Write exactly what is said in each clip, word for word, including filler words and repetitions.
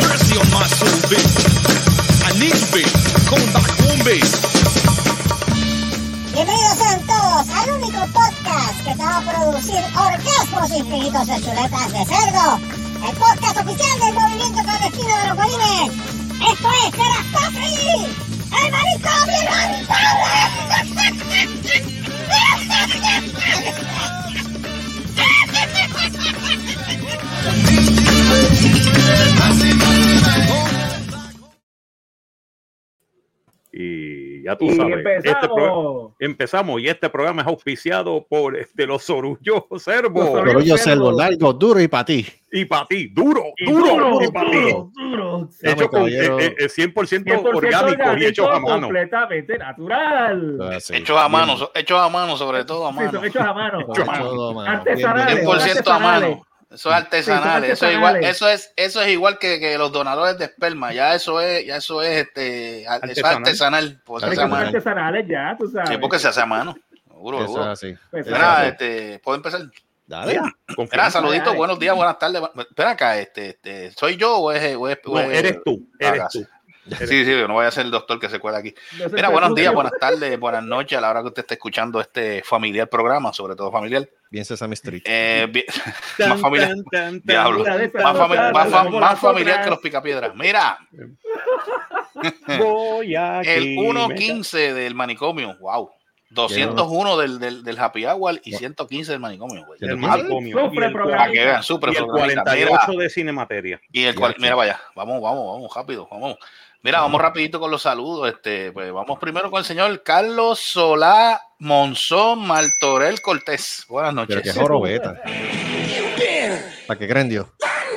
mercy on my soul, bass. I need you, bass. Coming back home, bass. Bienvenidos sean todos al único podcast que te va a producir orgasmos infinitos de chuletas de cerdo. El podcast oficial del movimiento clandestino de los bolines. Esto es Serastofri, el manicomio Y ya tú y sabes, empezamos. Este pro- empezamos y este programa es auspiciado por este, los Sorullos Servos. Sorullo Servo, largo, duro y para ti. Y para ti, duro, Y duro, duro, y para ti. duro, duro. Dame, Hecho con caballero. eh, eh, cien por ciento cien por ciento orgánico y hecho a orgánico, mano. completamente natural. Ah, sí. Hechos a mano, so- hechos a mano, sobre todo a Sí, mano. son hechos a mano. Hecho a mano. Artesanales. cien por ciento a mano. Eso es artesanal, Sí, eso son es igual, artesanales. eso es, eso es igual que, que los donadores de esperma, ya eso es, ya eso es este, eso es Artesanal. artesanal, porque se Pero hace que a son mano. artesanales ya, tú sabes. Sí, porque se hace a mano. Seguro, Eso seguro. es así. Pues, Mira, sí. este, ¿puedo empezar? Dale. Ya, Mira, confianza. saluditos, dale. buenos días, buenas tardes. Espera acá, este, este, ¿soy yo o es, o es, o No, es- eres tú, eres Ah, tú. Sí, sí, no vaya a ser el doctor que se cuela aquí. No se Mira, buenos días, preocupe. buenas tardes, buenas noches a la hora que usted esté escuchando este familiar programa, sobre todo familiar. Bien Sesame Street. Eh, bien- Tan, más familiar. tan, tan, Diablo. Mira, de esa Más, no fami- sabe, más, fa- como más las familiar otras. que los picapiedras. Mira, Voy aquí, el uno me- quince del manicomio, wow. doscientos uno del, del, del Happy Hour y ciento quince del manicomio, güey. El ¿Qué? manicomio. Sufre Y el, programa. Para que vean, súper y el programita. cuarenta y Mira, ocho de Cinemateria. y el cual, mira, vaya, vamos, vamos, vamos, rápido, vamos. Mira, vamos rapidito con los saludos. Este, pues vamos primero con el señor Carlos Solá Monzón Martorell Cortés. Buenas Pero noches. que jorobeta. ¿Para qué creen Dios?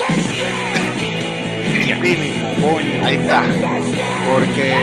Ahí está. Porque.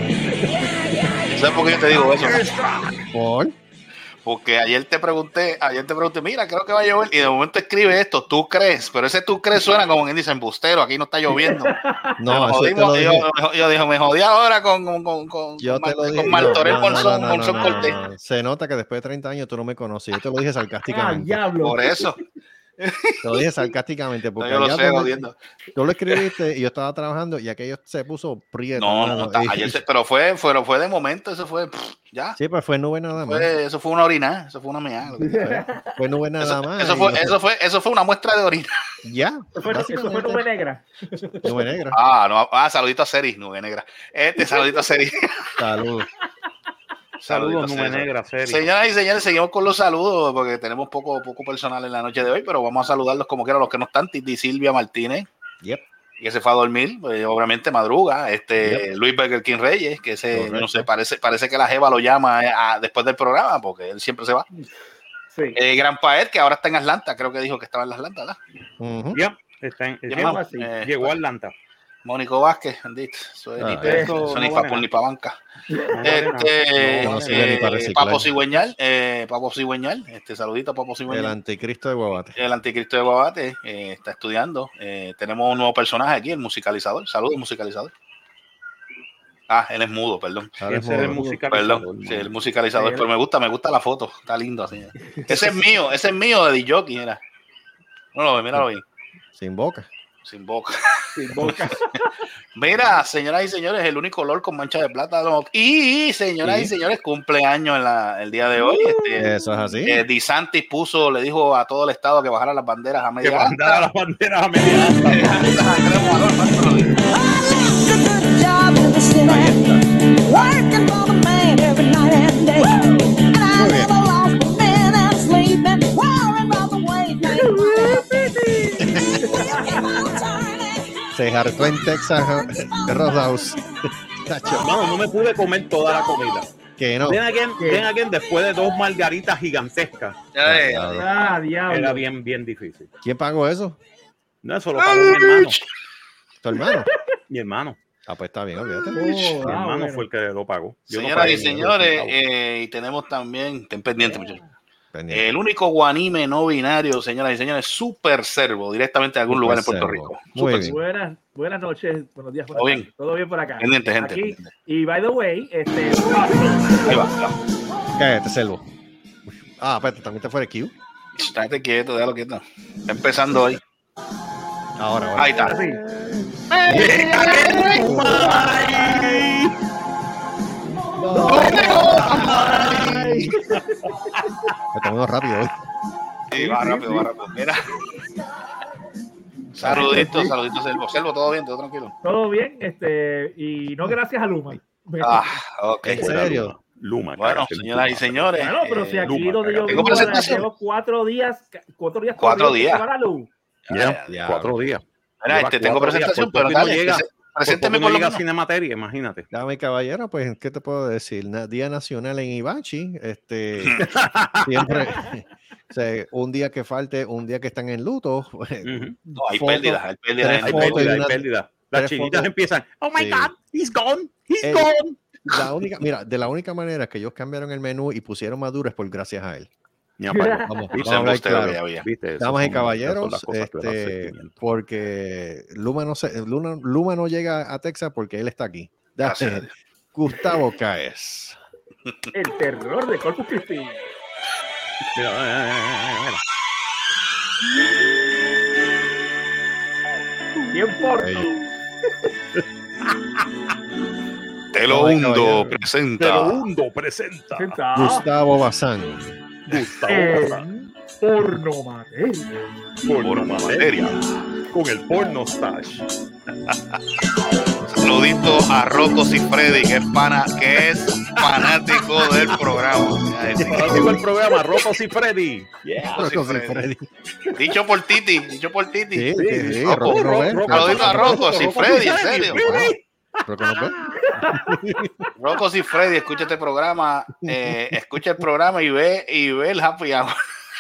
¿Sabes por qué yo te digo eso? Por. Porque ayer te pregunté, ayer te pregunté, mira, creo que va a llover, y de momento escribe esto, tú crees, pero ese tú crees suena como quien dice embustero, aquí no está lloviendo. No, Me eso te jodimos, lo yo, dije. yo, yo dije, me jodí ahora con, con, con, con, Yo te lo con dije. Martorell No, no, Monzón, no, no, Monzón no, Cortés. no. Se nota que después de treinta años tú no me conoces. Yo te lo dije Ah, sarcásticamente. diablo. Por eso, Te lo dije sarcásticamente. no, Porque yo lo allá sé, donde- jodiendo. tú lo escribiste y yo estaba trabajando y aquello se puso prieto. No, mano, no, está- y- ayer se- pero fue, fue, fue de momento, eso fue, pff, ya. Sí, pues fue nube nada más. Fue, eso fue una orina, eso fue una meada. Fue nube nada Eso, más. eso y- fue, eso fue, eso fue una muestra de orina. Ya. Eso fue, eso fue nube negra. Nube negra. Ah, no, ah, saludito a Seri, nube negra. Este, saludito a Seri. Saludos. Saludos, Saludito, Nube Seri. Negra, serio. Señoras y señores, seguimos con los saludos porque tenemos poco, poco personal en la noche de hoy, pero vamos a saludarlos como quiera los que no están. Titi Silvia Martínez, Yep. que se fue a dormir, pues, obviamente madruga. Este Yep. Luis Burger King Reyes, que ese, Correcto. no sé, parece, parece que la Jeva lo llama eh, a- después del programa porque él siempre se va. Sí. Eh, Gran Paet, que ahora está en Atlanta, creo que dijo que estaba en Atlanta, ¿verdad? Ujú. Ya, está en- Ya llegó, vamos, así. llegó a Atlanta. Mónico Vázquez, bendito. Eso es Ah, ni, eso eso no ni vale pa' nada. ni pa' banca. No vale nada. Este, No, no sirve eh, ni para reciclar. Papo Cigüeñal, eh, Papo Cigüeñal, este saludito a Papo El Cigüeñal. anticristo de Guabate. El anticristo de Guabate eh, está estudiando. Eh, tenemos un nuevo personaje aquí, el musicalizador. Saludos, musicalizador. Ah, él es mudo, perdón. Ahora es Ese es el modo. musicalizador. Perdón, ¿no? sí, el musicalizador. Sí, pero me gusta, me gusta la foto. Está lindo así. Ese es mío, ese es mío de D J, mira. No lo ve, míralo ahí. Sin boca. Sin boca. Sin boca. Mira, señoras y señores, el único olor con mancha de plata. no. Y, señoras y Sí. señores, cumpleaños en la, el día de hoy. Este, Eso es así. eh, DeSantis puso, le dijo a todo el estado que bajara las banderas a Que media mandara asta. las banderas a media asta. Working for the man every night and day. And I Muy bien. never lost a minute of sleeping, worrying about the way Se hartó en Texas Roadhouse. Tacho, No, no me pude comer toda la comida. que no. Ven again, ven again, después de dos margaritas gigantescas. Eh, Ah, diablo. Era bien, bien difícil. ¿Quién pagó eso? No, eso lo pagó mi hermano. ¿Tu hermano? Mi hermano. Ah, pues está bien, olvídate. Oh, Mi ah, hermano bueno. fue el que lo pagó. Yo no Señoras pagué y ni señores, un centavo. eh, y tenemos también, estén pendientes, muchachos. Pendiente. El único guanime no binario, señoras y señores, Super Servo, directamente de algún Super lugar en Puerto Servo. Rico. Muy Super bien. Buenas, buenas noches, buenos días. ¿Todo buenas bien? tardes. Todo bien por acá. Pendiente, gente, Aquí, pendiente. y by the way, este, Ahí va, ahí va. Cállate, Selvo. Ah, espérate, también te fue de Q. Estate quieto, déjalo quieto. Está empezando hoy. Ahora, ahora. Ahí está. así. Estamos rápido hoy. Sí, va rápido, va rápido. Mira. Saluditos, saluditos, Selvo. Selvo, ¿todo bien? ¿Todo tranquilo? Todo bien, este, y no gracias a Luma. Ah, ok. ¿En serio? Luma. Bueno, cállate, señoras y señores. Bueno, pero si eh, aquí Luma, donde yo ¿tengo vivo presentación? llevo cuatro días, cuatro días, Cuatro corridos días. que se va la luz. Ya, Ya, cuatro días. Mira, Lleva este, tengo cuatro días, presentación, por pero poco no dale, llega, prese- por presénteme poco por no lo llega menos. Cine Materia, imagínate. Dame caballero, pues, ¿qué te puedo decir? Na- Día Nacional en Ibachi, este, siempre, o sea, un día que falte, un día que están en luto. Ujú. No, hay fotos, pérdidas, hay pérdidas. tres en- Hay fotos pérdida, de hay una- pérdida. Las tres chinitas fotos. empiezan, oh my Sí. God, he's gone, he's El- gone. La única, mira, de la única manera que ellos cambiaron el menú y pusieron Maduro es por gracias a él. Ya, para allá. Vamos, No vamos sé, a hablar usted, claro. había, había. ¿Viste? Esas Damas y son- esas son caballeros, las cosas que le dan este, sentimiento. porque Luma no, se, Luna- Luma no llega a Texas porque él está aquí. Dale, Gracias a Dios. Gustavo Caes. El terror de Corpus Christi. Mira, mira, mira, mira, mira. Bien porno. Bello. Te lo Ay, hundo, caballero. Te presenta. lo hundo, presenta. Senta. Gustavo Bazán. Gustavo En porno materia. Porno Materia. con el porno stash. Saludito a Rocco Cifredi, que es pana, que es fanático del programa. Digo el programa Rocco y Freddy. Yeah. Rocco Freddy. Dicho por Titi, dicho por Titi. Sí, sí, sí, Rocco, Rocco no ve. Rocco, Saludito a Rocco Cifredi, en serio. Freddy. Rocco no ve. Rocco Cifredi, escucha este programa, eh, escucha el programa y ve, y ve el happy hour.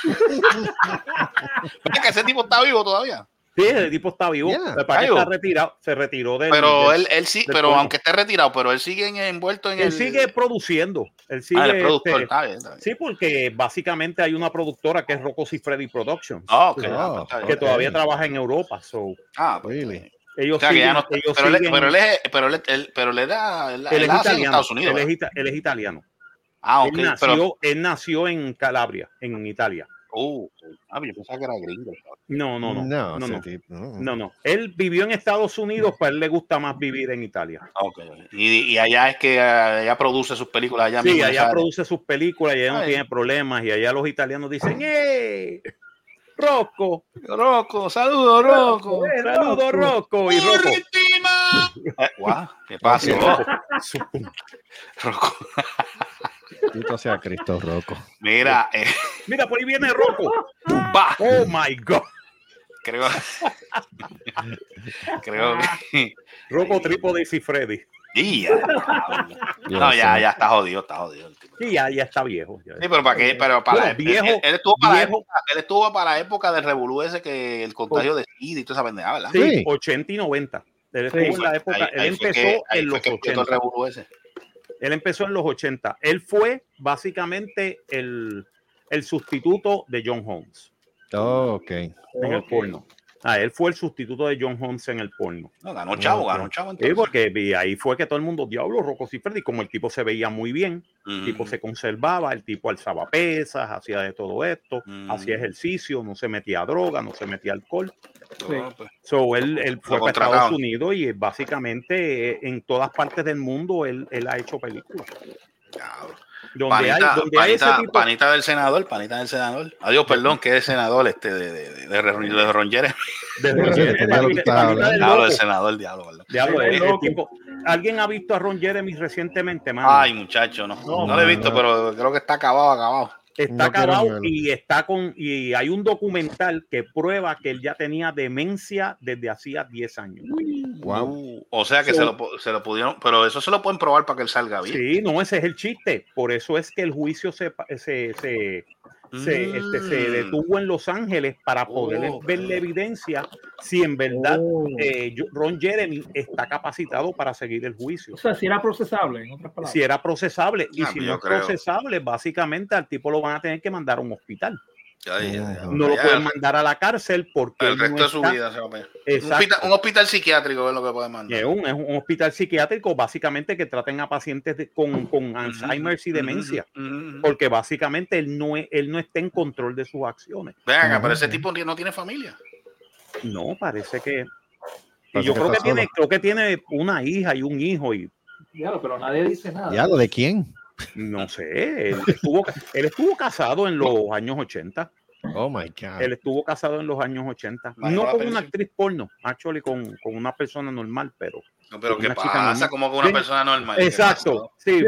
Mira que ese tipo está vivo todavía. Sí, el tipo está vivo. Yeah. Me parece que Está está retirado. Se retiró del. Pero del- él, él sí, del pero porno. aunque esté retirado, pero él sigue en- envuelto en él el. sigue produciendo. Él sigue. Ah, el productor, este, está bien, está bien. sí, porque básicamente hay una productora que es Rocco y Freddy Productions. Ah, ok, Oh, ah, pues está bien. Que ok. todavía trabaja en Europa. So, Ah, pues, Really? ellos o sea, que siguen, ya no, ellos pero, él, siguen- pero él es, pero él, él- pero él era, él, él él es nace en italiano. Estados Unidos. Él es, ¿verdad? ita- él es italiano. Ah, ok, él, nació, pero, él nació en Calabria, en Italia. uh, ah, yo pensaba que era gringo. No, no, no. No, No, ese no. tipo, no. No, no. Él vivió en Estados Unidos, pero a él le gusta más vivir en Italia. Ah, ok, y, y allá es que uh, allá produce sus películas allá Sí, mismo. en allá esa área. produce sus películas y allá no Ay. tiene problemas. Y allá los italianos dicen, ¡eh! Rocco, Rocco, saludos, Rocco. Eh, saludos, Rocco. Y Rocco. Eh, guau, ¿qué pasa? Su- Rocco. Bendito sea Cristo Rocco. Mira, eh, Mira, por ahí viene Rocco. va, Oh my God. creo, creo que. Rocco Trípode y Freddy. Y ya, no, ya, ya está jodido, está jodido. el tipo. Sí, ya, ya está viejo. ya. Sí, pero para qué, pero para Bueno, viejo, él, él estuvo para la viejo. época, él estuvo para la época del revolú ese que el contagio de SIDA y toda esa pendeja, ¿verdad? Sí, Sí. ochenta y noventa. Él Sí, estuvo en la época, Ahí- él ahí fue empezó que- ahí en fue los que explotó el ochenta. revolú ese. Él empezó en los ochenta. Él fue básicamente el, el sustituto de John Holmes Oh, ok. en el Ok. porno. Ah, él fue el sustituto de John Holmes en el porno. No, ganó chavo, Ok. ganó chavo Sí, entonces. porque vi- ahí fue que todo el mundo, diablo, Rocco Siffredi, como el tipo se veía muy bien, el Ujú. tipo se conservaba, el tipo alzaba pesas, hacía de todo esto, Mm. hacía ejercicio, no se metía droga, no se metía alcohol. No, pues, So, él, él fue Lo para Estados contrataron. Unidos y eh, básicamente eh, en todas partes del mundo él, él ha hecho películas. diablo. Donde hay, Panita, donde hay ese panita, tipo... panita del senador, panita del senador. Adiós, perdón, que es senador este de, de, de, de, Ron- de Ron Jeremy. de- Sí, entendía lo que estaba Panita hablando. del Diablo, loco. el senador, diablo, ¿verdad? Diablo, El el- el loco. tipo- ¿Alguien ha visto a Ron Jeremy recientemente, mano? Ay, muchacho, no. No, No, lo he visto, no. pero creo que está acabado, acabado. Está No quiero acabado verlo. y está con y hay un documental que prueba que él ya tenía demencia desde hacía diez años. Wow. Uh, o sea que So- se, lo, po- se lo pudieron, pero eso se lo pueden probar para que él salga bien. Sí, no, ese es el chiste. Por eso es que el juicio se pa- se, se, se, Mm. este, se detuvo en Los Ángeles para poder Oh, ver la evidencia si en verdad Oh. eh, yo- Ron Jeremy está capacitado para seguir el juicio. O sea, si era procesable, en otras palabras. Si era procesable y Ah, si pues no yo es creo. procesable, básicamente al tipo lo van a tener que mandar a un hospital. Ya, ya, ya. No lo Ya, pueden mandar a la cárcel porque el él resto no de su está- vida se va a ver. Un Exacto. hospital, un hospital psiquiátrico es lo que puede mandar. Es un, es un hospital psiquiátrico básicamente que traten a pacientes de- con, con Alzheimer y Ujú, demencia, ujú, ujú. porque básicamente él no, es- él no está en control de sus acciones. Ven acá, Ujú. pero ese tipo no tiene familia. No, parece que Y yo que creo que está tiene, solo. creo que tiene una hija y un hijo y Claro, pero nadie dice nada. Ya, ¿lo de quién? no sé, él estuvo, él estuvo casado en los años ochenta. Oh my God. Él estuvo casado en los años ochenta. Imagino No la con una pensión. actriz porno, actually con, con una persona normal, pero No, pero con ¿qué una chica pasa? normal. Como con una Sí, persona normal. exacto, sí.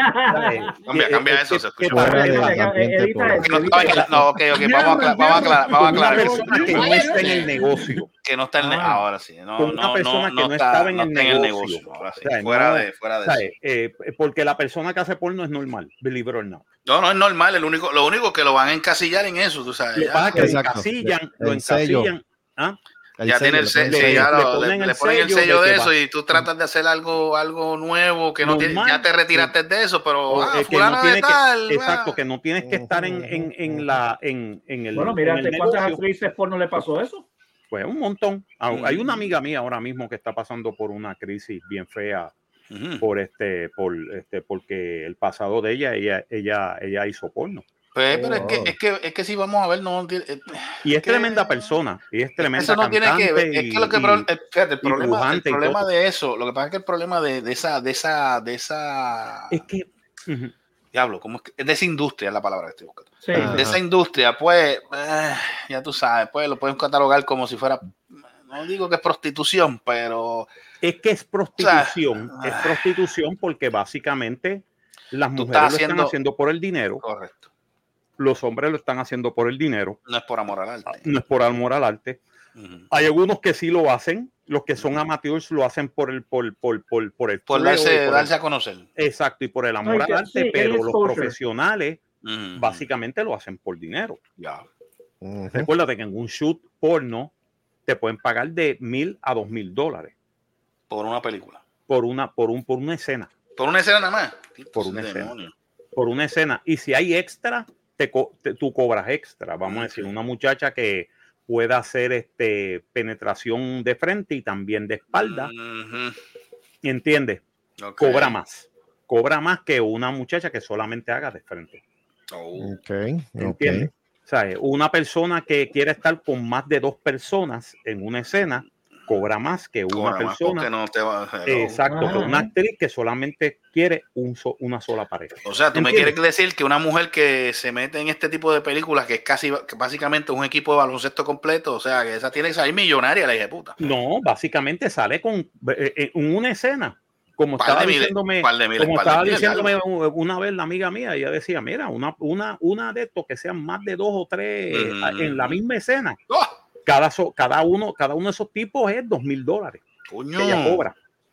Cambia, cambia eso, se escucha Fuera mal. del Edita, ambiente edita porno. eso. Que no estaba en el- no, ok, ok, vamos a aclarar, vamos a aclarar, vamos a Con una aclarar eso. persona que no está en el negocio. Que no está en el, Ah. ahora sí, no, Con una no, persona no, que no no está, estaba en no el está en el negocio. negocio, ahora sí, O sea, fuera no, de, fuera de O sea, eso. eh, porque la persona que hace porno es normal, believe it or not. No, no es normal, el único, lo único que lo van a encasillar en eso, tú sabes. Lo que Ya, pasa es que lo Exacto. encasillan, El lo sello. encasillan. ¿Ah? El ya tiene el sello, sello, le le- ya le lo- le, ponen le el ponen el sello sello de de que eso va- y tú tratas de hacer algo, algo nuevo que no tiene, Normal. ya te retiraste de eso, pero O, ah, eh, que fulano no de tiene tal. que, exacto, ah. que no tienes que estar en, en, en la en, en el, Bueno, en mira, el ¿cuántas negocio. actrices porno le pasó eso? Pues un montón. Ah, Mm. Hay una amiga mía ahora mismo que está pasando por una crisis bien fea Ujú. por este, por este, porque el pasado de ella, ella, ella, ella hizo porno. Pues, pero es Oh. que, es que, es que si vamos a ver, no tiene- eh, Y es que- tremenda persona, y es tremenda eso no tiene que ver, cantante es que lo que y- pro- eh, fíjate, el y problema, el dibujante y problema todo. de eso, lo que pasa es que el problema de, de esa, de esa, de esa, es que ujú. diablo, ¿cómo es que? De esa industria es la palabra que estoy buscando. Sí. Ajá. De esa industria, pues, eh, ya tú sabes, pues lo pueden catalogar como si fuera, no digo que es prostitución, pero es que es prostitución, O sea, es prostitución porque básicamente las Tú mujeres estás lo haciendo- están haciendo por el dinero, correcto. los hombres lo están haciendo por el dinero, No es por amor al arte. no es por amor al arte. Ujú. Hay algunos que sí lo hacen, los que son amateurs lo hacen por el por, por, por, por el Por fuego y darse, por darse el- a conocer. exacto, y por el amor No, y al que- arte, sí, el pero los exposure. profesionales Ujú. básicamente lo hacen por dinero. Ya. Ujú. Recuérdate que en un shoot porno te pueden pagar de mil a dos mil dólares Por una película. por una, por un, por una escena, Por una escena nada más. Por una Demonio. por una escena. Y si hay extra, te, co- te- tú cobras extra. Vamos a decir, una muchacha que pueda hacer este penetración de frente y también de espalda, Ujú. ¿entiendes? Ok. Cobra más. Cobra más que una muchacha que solamente haga de frente. Oh. Ok, ¿Entiendes? ok. O sea, una persona que quiere estar con más de dos personas en una escena cobra más que una Cobra más persona. porque no te va a hacer. Exacto, Ajá. que una actriz que solamente quiere un so- una sola pareja. O sea, tú me ¿Entiendes? quieres decir que una mujer que se mete en este tipo de películas, que es casi que básicamente un equipo de baloncesto completo, o sea, que esa tiene que salir millonaria, la hija de puta. No, básicamente sale con eh, eh, en una escena. Como Par estaba de miles, diciéndome, par de miles, como par de estaba miles, diciéndome algo. u- una vez la amiga mía, ella decía, mira, una, una, una de estos que sean más de dos o tres eh, Ujú. en la misma escena. ¡Oh! Cada, so- cada uno, cada uno de esos tipos es dos mil dólares Coño. que ella cobra.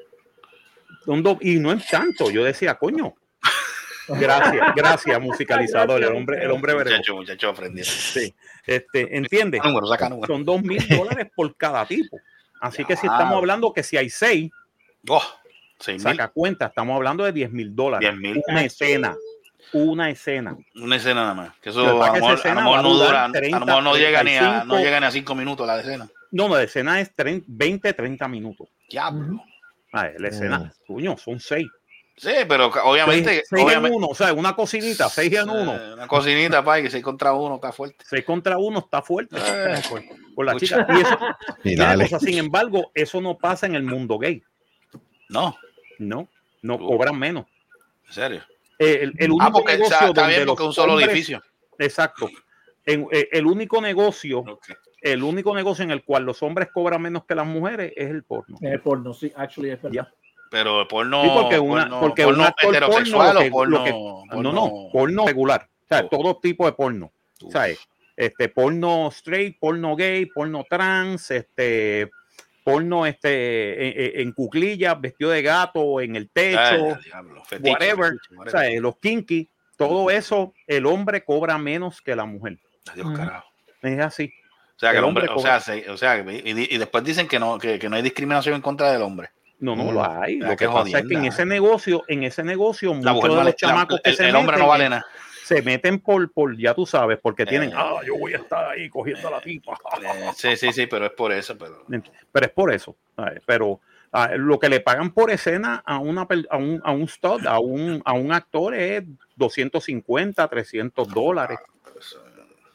Son dos- y no es tanto. Yo decía, coño. Gracias, gracias, musicalizador. El hombre, el hombre veremos. Muchacho, muchacho aprendiendo. Sí, este, ¿entiendes? Saca número, saca número. Son dos mil dólares por cada tipo. Así que si Ya. estamos hablando que si hay seis, Oh, seis mil. saca cuenta, estamos hablando de diez mil dólares. diez mil. Una escena. Una escena. Una escena nada más. Que eso Pero para a que lo esa mejor, a lo escena mejor va a no dura, durar a lo treinta, mejor no llega ni a, no treinta y cinco. llega ni a cinco minutos la escena. No, no, la escena es trein- veinte, treinta minutos. Diablo. Ay, la escena, Mm. coño, son seis. Sí, pero ca- obviamente. seis, seis en obviamente uno, o sea, una cocinita, seis en uno. eh, una cocinita, pa, que seis contra uno está fuerte. seis contra uno está fuerte. Eh, Por, por la mucha- chica. Y eso, Y mira, dale. cosa, sin embargo, eso no pasa en el mundo gay. No, No, no Uh. cobran menos. en serio. Eh, El, el único Ah, porque negocio está, está donde bien los porque es un solo hombres- edificio. Exacto. En- eh, el único negocio, Ok. el único negocio en el cual los hombres cobran menos que las mujeres es el porno. Eh, porno, sí, actually es verdad. Ya. Pero el porno, Sí, porque una, porno, porque porno un actor heterosexual porno, lo o que- porno, lo que- porno- no, no, porno regular. O sea, Uf. todo tipo de porno. Uf. ¿Sabes? Este, porno straight, porno gay, porno trans, este, porno este, en, en- en cuclillas, vestido de gato, en el techo, Ay, diablo, fetiche, whatever. fetiche, O whatever. sea, los kinky, todo eso, el hombre cobra menos que la mujer. Adiós, carajo. Es así. O sea, que El el hombre, hombre o sea, se- o sea, y, y después dicen que no, que, que no hay discriminación en contra del hombre. No, no Mm. lo hay. Ah, Lo qué que pasa es que en jodienda. ese negocio, en ese negocio, La muchos mujer de vale- los chamacos la- que el, se el hombre no meten, vale nada. se meten por, por, ya tú sabes, porque tienen, Eh. ah, yo voy a estar ahí cogiendo a la tipa. Eh, sí, sí, sí, pero es por eso. Pero Pero es por eso. ¿sabes? Pero ah, lo que le pagan por escena a, una, per- a, un, a un stud, a un, a un actor es doscientos cincuenta, trescientos dólares. ¿sabes?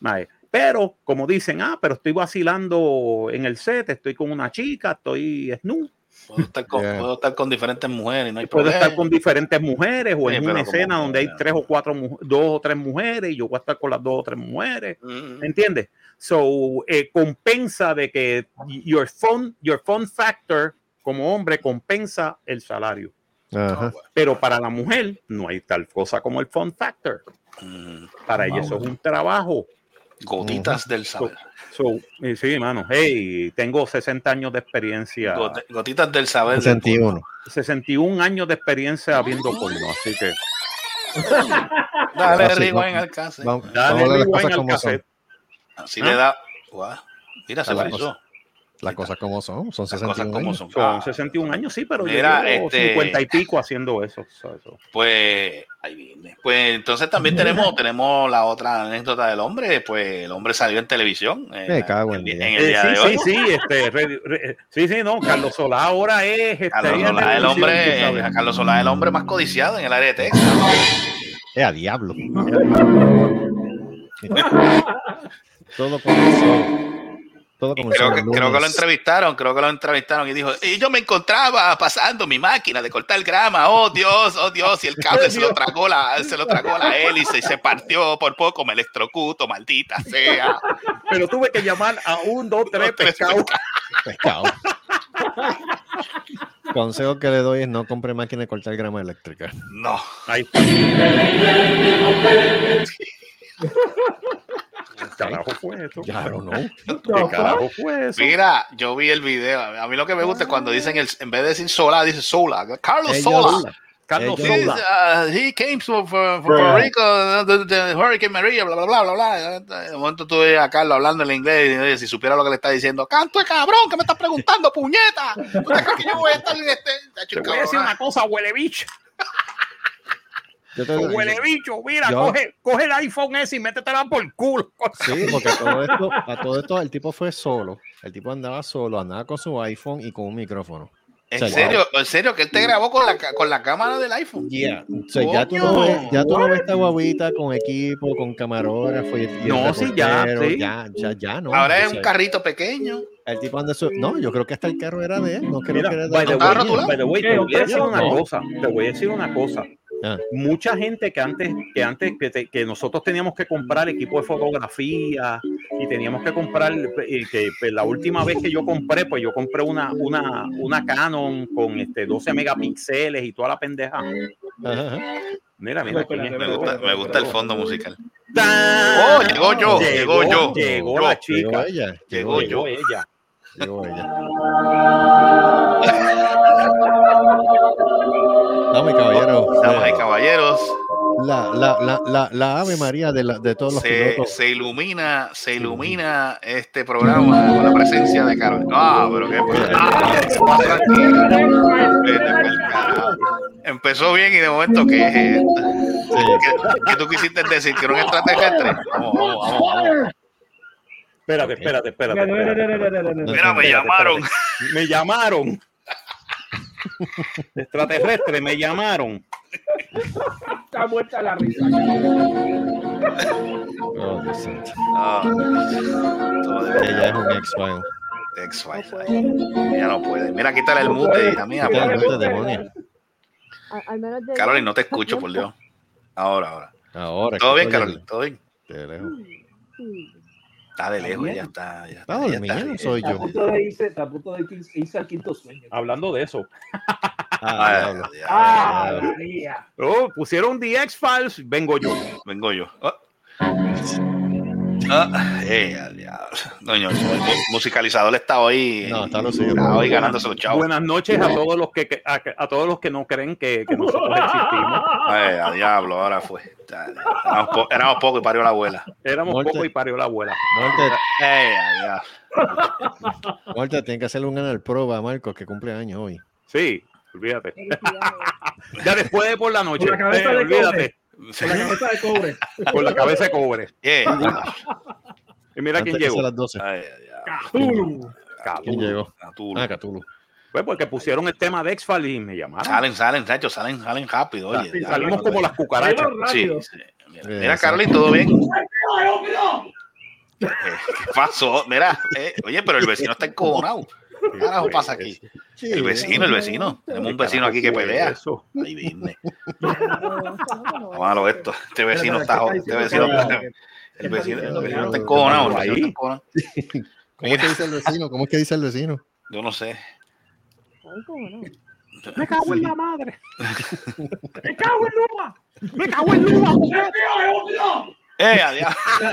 Pero, como dicen, ah, pero estoy vacilando en el set, estoy con una chica, estoy snu. Puedo estar con, Yeah. puedo estar con diferentes mujeres, no hay Puedo problema. estar con diferentes mujeres o Sí, en pero una como escena que- donde hay tres o cuatro, mu- dos o tres mujeres y yo voy a estar con las dos o tres mujeres. Mm. ¿Entiendes? So, eh, compensa de que your fun, your fun factor como hombre compensa el salario. Ajá. Pero para la mujer no hay tal cosa como el fun factor. Mm. Para ella eso es un trabajo. Gotitas del saber. So, eh, sí, mano. Hey, tengo sesenta años de experiencia. Got- Gotitas del saber. del sesenta y uno. sesenta y un años de experiencia viendo porno. Así que pueblo. Dale, Así, Rigo, no. en el caso. Vamos, dale vamos a ver las rewind cosas al como son. cassette. Así ¿Ah? le da. Guau. Mira, se A la frizó. cosa. Las cosas como son. Son Las sesenta y cosas uno como años. son. Son Ah, sesenta y un años, sí, pero Mira, yo llevo este- cincuenta y pico haciendo eso. so- eso. Pues ahí viene. Pues entonces también tenemos, tenemos la otra anécdota del hombre. Pues el hombre salió en televisión. En, Me cago en en- diez. en el Eh, día sí, de hoy. sí, sí, este, re- re- sí, sí, no, Carlos Solá ahora es este, Carlos en Solá, el televisión, tú hombre, sabes. Carlos Solá es el hombre más codiciado en el área de Texas. Eh, a diablo. Todo comenzó. Todo comenzó Creo que, el creo que lo lunes. entrevistaron, creo que lo entrevistaron y dijo, y yo me encontraba pasando mi máquina de cortar grama, oh Dios, oh Dios, y el cable se lo tragó la, se lo tragó la hélice y se partió por poco, me electrocuto, maldita sea. Pero tuve que llamar a un, dos, tres pescados. Pescado. Consejo que le doy es no compre máquina de cortar grama eléctrica. No. Ahí ¿Qué carajo fue eso? Claro, no. ¿Qué carajo fue eso? Mira, yo vi el video, a mí lo que me gusta es cuando dicen, el, en vez de decir Sola, dice Sola, Carlos Ellos- Sola. Carlos ellos- Solá. Uh, he came from, from, from Puerto Rico, uh, the, the Hurricane Maria, bla, bla, bla, bla, bla. De momento tú ves a Carlos hablando en inglés y oye, si supiera lo que le está diciendo, canto de cabrón, que me estás preguntando, puñeta. ¿Tú te crees que yo voy a estar en este? Te voy a decir una cosa, huele bicho. Yo te- Huele bicho, mira, Yo- coge, coge el iPhone ese y métetela por el culo. Sí, porque todo esto, a todo esto el tipo fue solo. El tipo andaba solo, andaba con su iPhone y con un micrófono. ¿En O sea, serio? ¿En serio? Que él te grabó con la, ca- con la cámara del iPhone. Yeah. O sea, ya tú no Coño. ves, ya tú no ves esta guaguita con equipo, con camarógrafo y, y el No, sí, ya, reportero, sí. ya, ya, ya no. Ahora O es un sea, carrito pequeño. el tipo anda su- no, yo creo que hasta el carro era de él, no creo Mira, que era de by the ¿Estaba way, rotulado? by the way, te voy a decir una No. cosa, te voy a decir una cosa. Ah. Mucha gente que antes, que antes que, te- que nosotros teníamos que comprar equipo de fotografía y teníamos que comprar, eh, que pues, la última vez que yo compré, pues yo compré una, una, una Canon con este doce megapíxeles y toda la pendeja. Ajá, ajá. Mira, mira, quién es. Me gusta, me gusta el fondo musical. ¡Tan! Oh, llegó yo, llegó yo. Llegó Yo. la Llegó chica. ella, Llegó Llegó yo. ella. llegó ella. Dame, caballero. Damas y caballeros, La, la, la, la, la Ave María de, la, de todos los se, pilotos. se ilumina, se ilumina este programa con la presencia de Carol. Ah, pero qué pasa. Ah, ¿qué pasa aquí? Vete pa'l carajo. Empezó bien y de momento que es esto? Sí. ¿Qué, qué tú quisiste decir? ¿Que era un extraterrestre? Vamos, vamos, vamos, vamos. Espérate, espérate, espérate. espérate. Mira, me Espérate, llamaron. espérate. Me llamaron. Extraterrestre, me llamaron. Está muerta la risa. Oh, Dios santo. Ah, todo debe- Ella es un X-File. X-File. Ya no puede. Mira, quítale el mute, hija mía. Quítale el por- mute, demonio. Al, al menos de Carolyn, no te escucho, por Dios. Ahora, ahora. Ahora. ¿Todo que bien, estoy Carolyn? ¿Todo bien? de lejos. Sí. Está de lejos, ya está. Ya Está está, ya dormida, está. soy Está a yo. punto de irse, está a punto de irse, irse al quinto sueño. Hablando de eso. Ah, Ah, diablo. ya, ya, ¡Ah, diablo. María! Oh, pusieron The X-Files, vengo yo. vengo yo. Ah. Ah, eh, ya, ya. Doño, el musicalizador está hoy. No, está lucido. Está hoy ganándose los chavos. Buenas noches a todos los que, que- a, a todos los que no creen que, que nosotros existimos. Eh, a diablo, ahora fue. Ya, ya. Éramos, po- éramos pocos y parió la abuela. Éramos Muerte. poco y parió la abuela. Muerte, Eh, ya, ya. Muerte, tiene que hacerle un anal prueba a Marcos que cumple años hoy. Sí, olvídate. Felicidades. Ya después de por la noche. Con la cabeza eh, de olvídate. Con la cabeza de cobre. Con la cabeza de cobre. Eh, Y mira Antes quién que sea llegó. las doce. ay, ya. Cthulhu. ¿Quién llegó? Cthulhu. Ah, Cthulhu. Pues porque pusieron el tema de X-Files y me llamaron. Salen, salen, Sacho, salen, salen rápido. Oye, Sí, ya, salimos ya, como ya. las cucarachas. Rápido. Sí, sí. Mira, Eh, mira sí. Carolyn, ¿todo bien? Eh, ¿Qué pasó? Mira, eh, oye, pero el vecino está encojonado. ¿Qué carajo pasa aquí? Sí, El vecino, el vecino. Tenemos un vecino aquí que pelea. Eso. Ahí viene. Malo esto. Este vecino está jodido. Este vecino está. El vecino, el vecino está encojonado. El vecino está encojonado. ¿Cómo es que dice el vecino? ¿Cómo es que dice el vecino? Yo no sé. Ay, cómo no. Me cago en la madre. Me cago en Luma. Me cago en Luma. ¡Eh, adiós!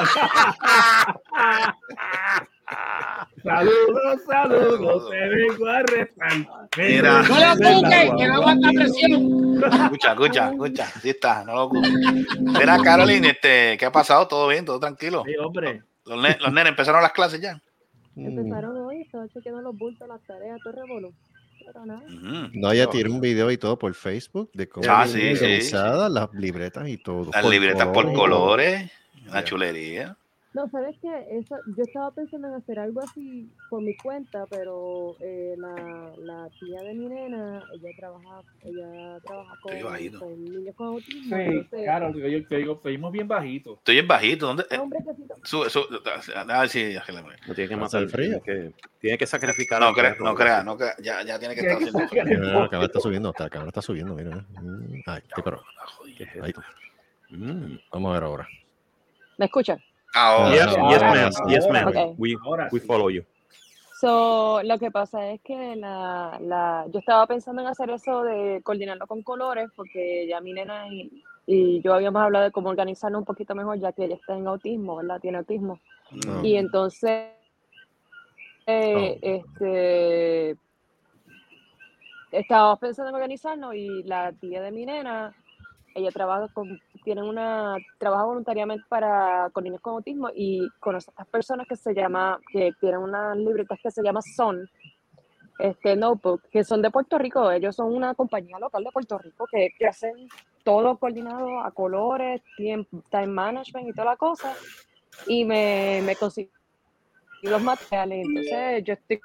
Saludos, saludos, te vengo a rezar. Mira. No lo toques, que no aguanta presión. Escucha, escucha, escucha. Sí está, no lo ocupo. Mira, Caroline, este, ¿qué ha pasado? ¿Todo bien? ¿Todo tranquilo? Sí, hombre. Los, ne los nenes empezaron las clases ya. Empezaron hoy, estaba chequeando los bultos, las tareas, todo revolú. Pero nada. Uh-huh. No, ella tiró un video y todo por Facebook de cómo Ah, vienen sí, sí, organizadas las libretas y todo. Las por libretas por colores. colores, una chulería. No, ¿sabes qué? Eso, yo estaba pensando en hacer algo así por mi cuenta, pero eh, la, la tía de mi nena, ella trabaja, ella trabaja con, con niños con autismo. Sí, entonces, claro, yo, yo, yo digo, seguimos bien bajitos. Estoy en bajito, ¿dónde? es un brequecito. Sube, sube, a ver si No tiene que Pasa matar el frío. Tiene que, tiene que sacrificar. No al crea, perro. no crea, no crea, ya, ya tiene que estar haciendo. Mira, mira, la cámara está subiendo, la cámara está subiendo, mira. Mm, Ay, sí, pero, ahí. Mm. Vamos a ver ahora. ¿Me escuchan? Ahora, Yes, ahora, yes, ahora, ma'am. ahora. Yes, ma'am. Okay. We, Ahora we sí. follow you. So, lo que pasa es que la, la, yo estaba pensando en hacer eso de coordinarlo con colores, porque ya mi nena y, y yo habíamos hablado de cómo organizarlo un poquito mejor, ya que ella está en autismo, ¿verdad? Tiene autismo. No. Y entonces, eh, este, estábamos pensando en organizarnos y la tía de mi nena, ella trabaja con, tiene una, trabaja voluntariamente para con niños con autismo y conoce a estas personas que se llama, que tienen unas libretas que se llama Son, este Notebook, que son de Puerto Rico. Ellos son una compañía local de Puerto Rico que, que hacen todo coordinado a colores, time, time management y toda la cosa. Y me, me conseguí los materiales. Entonces yo estoy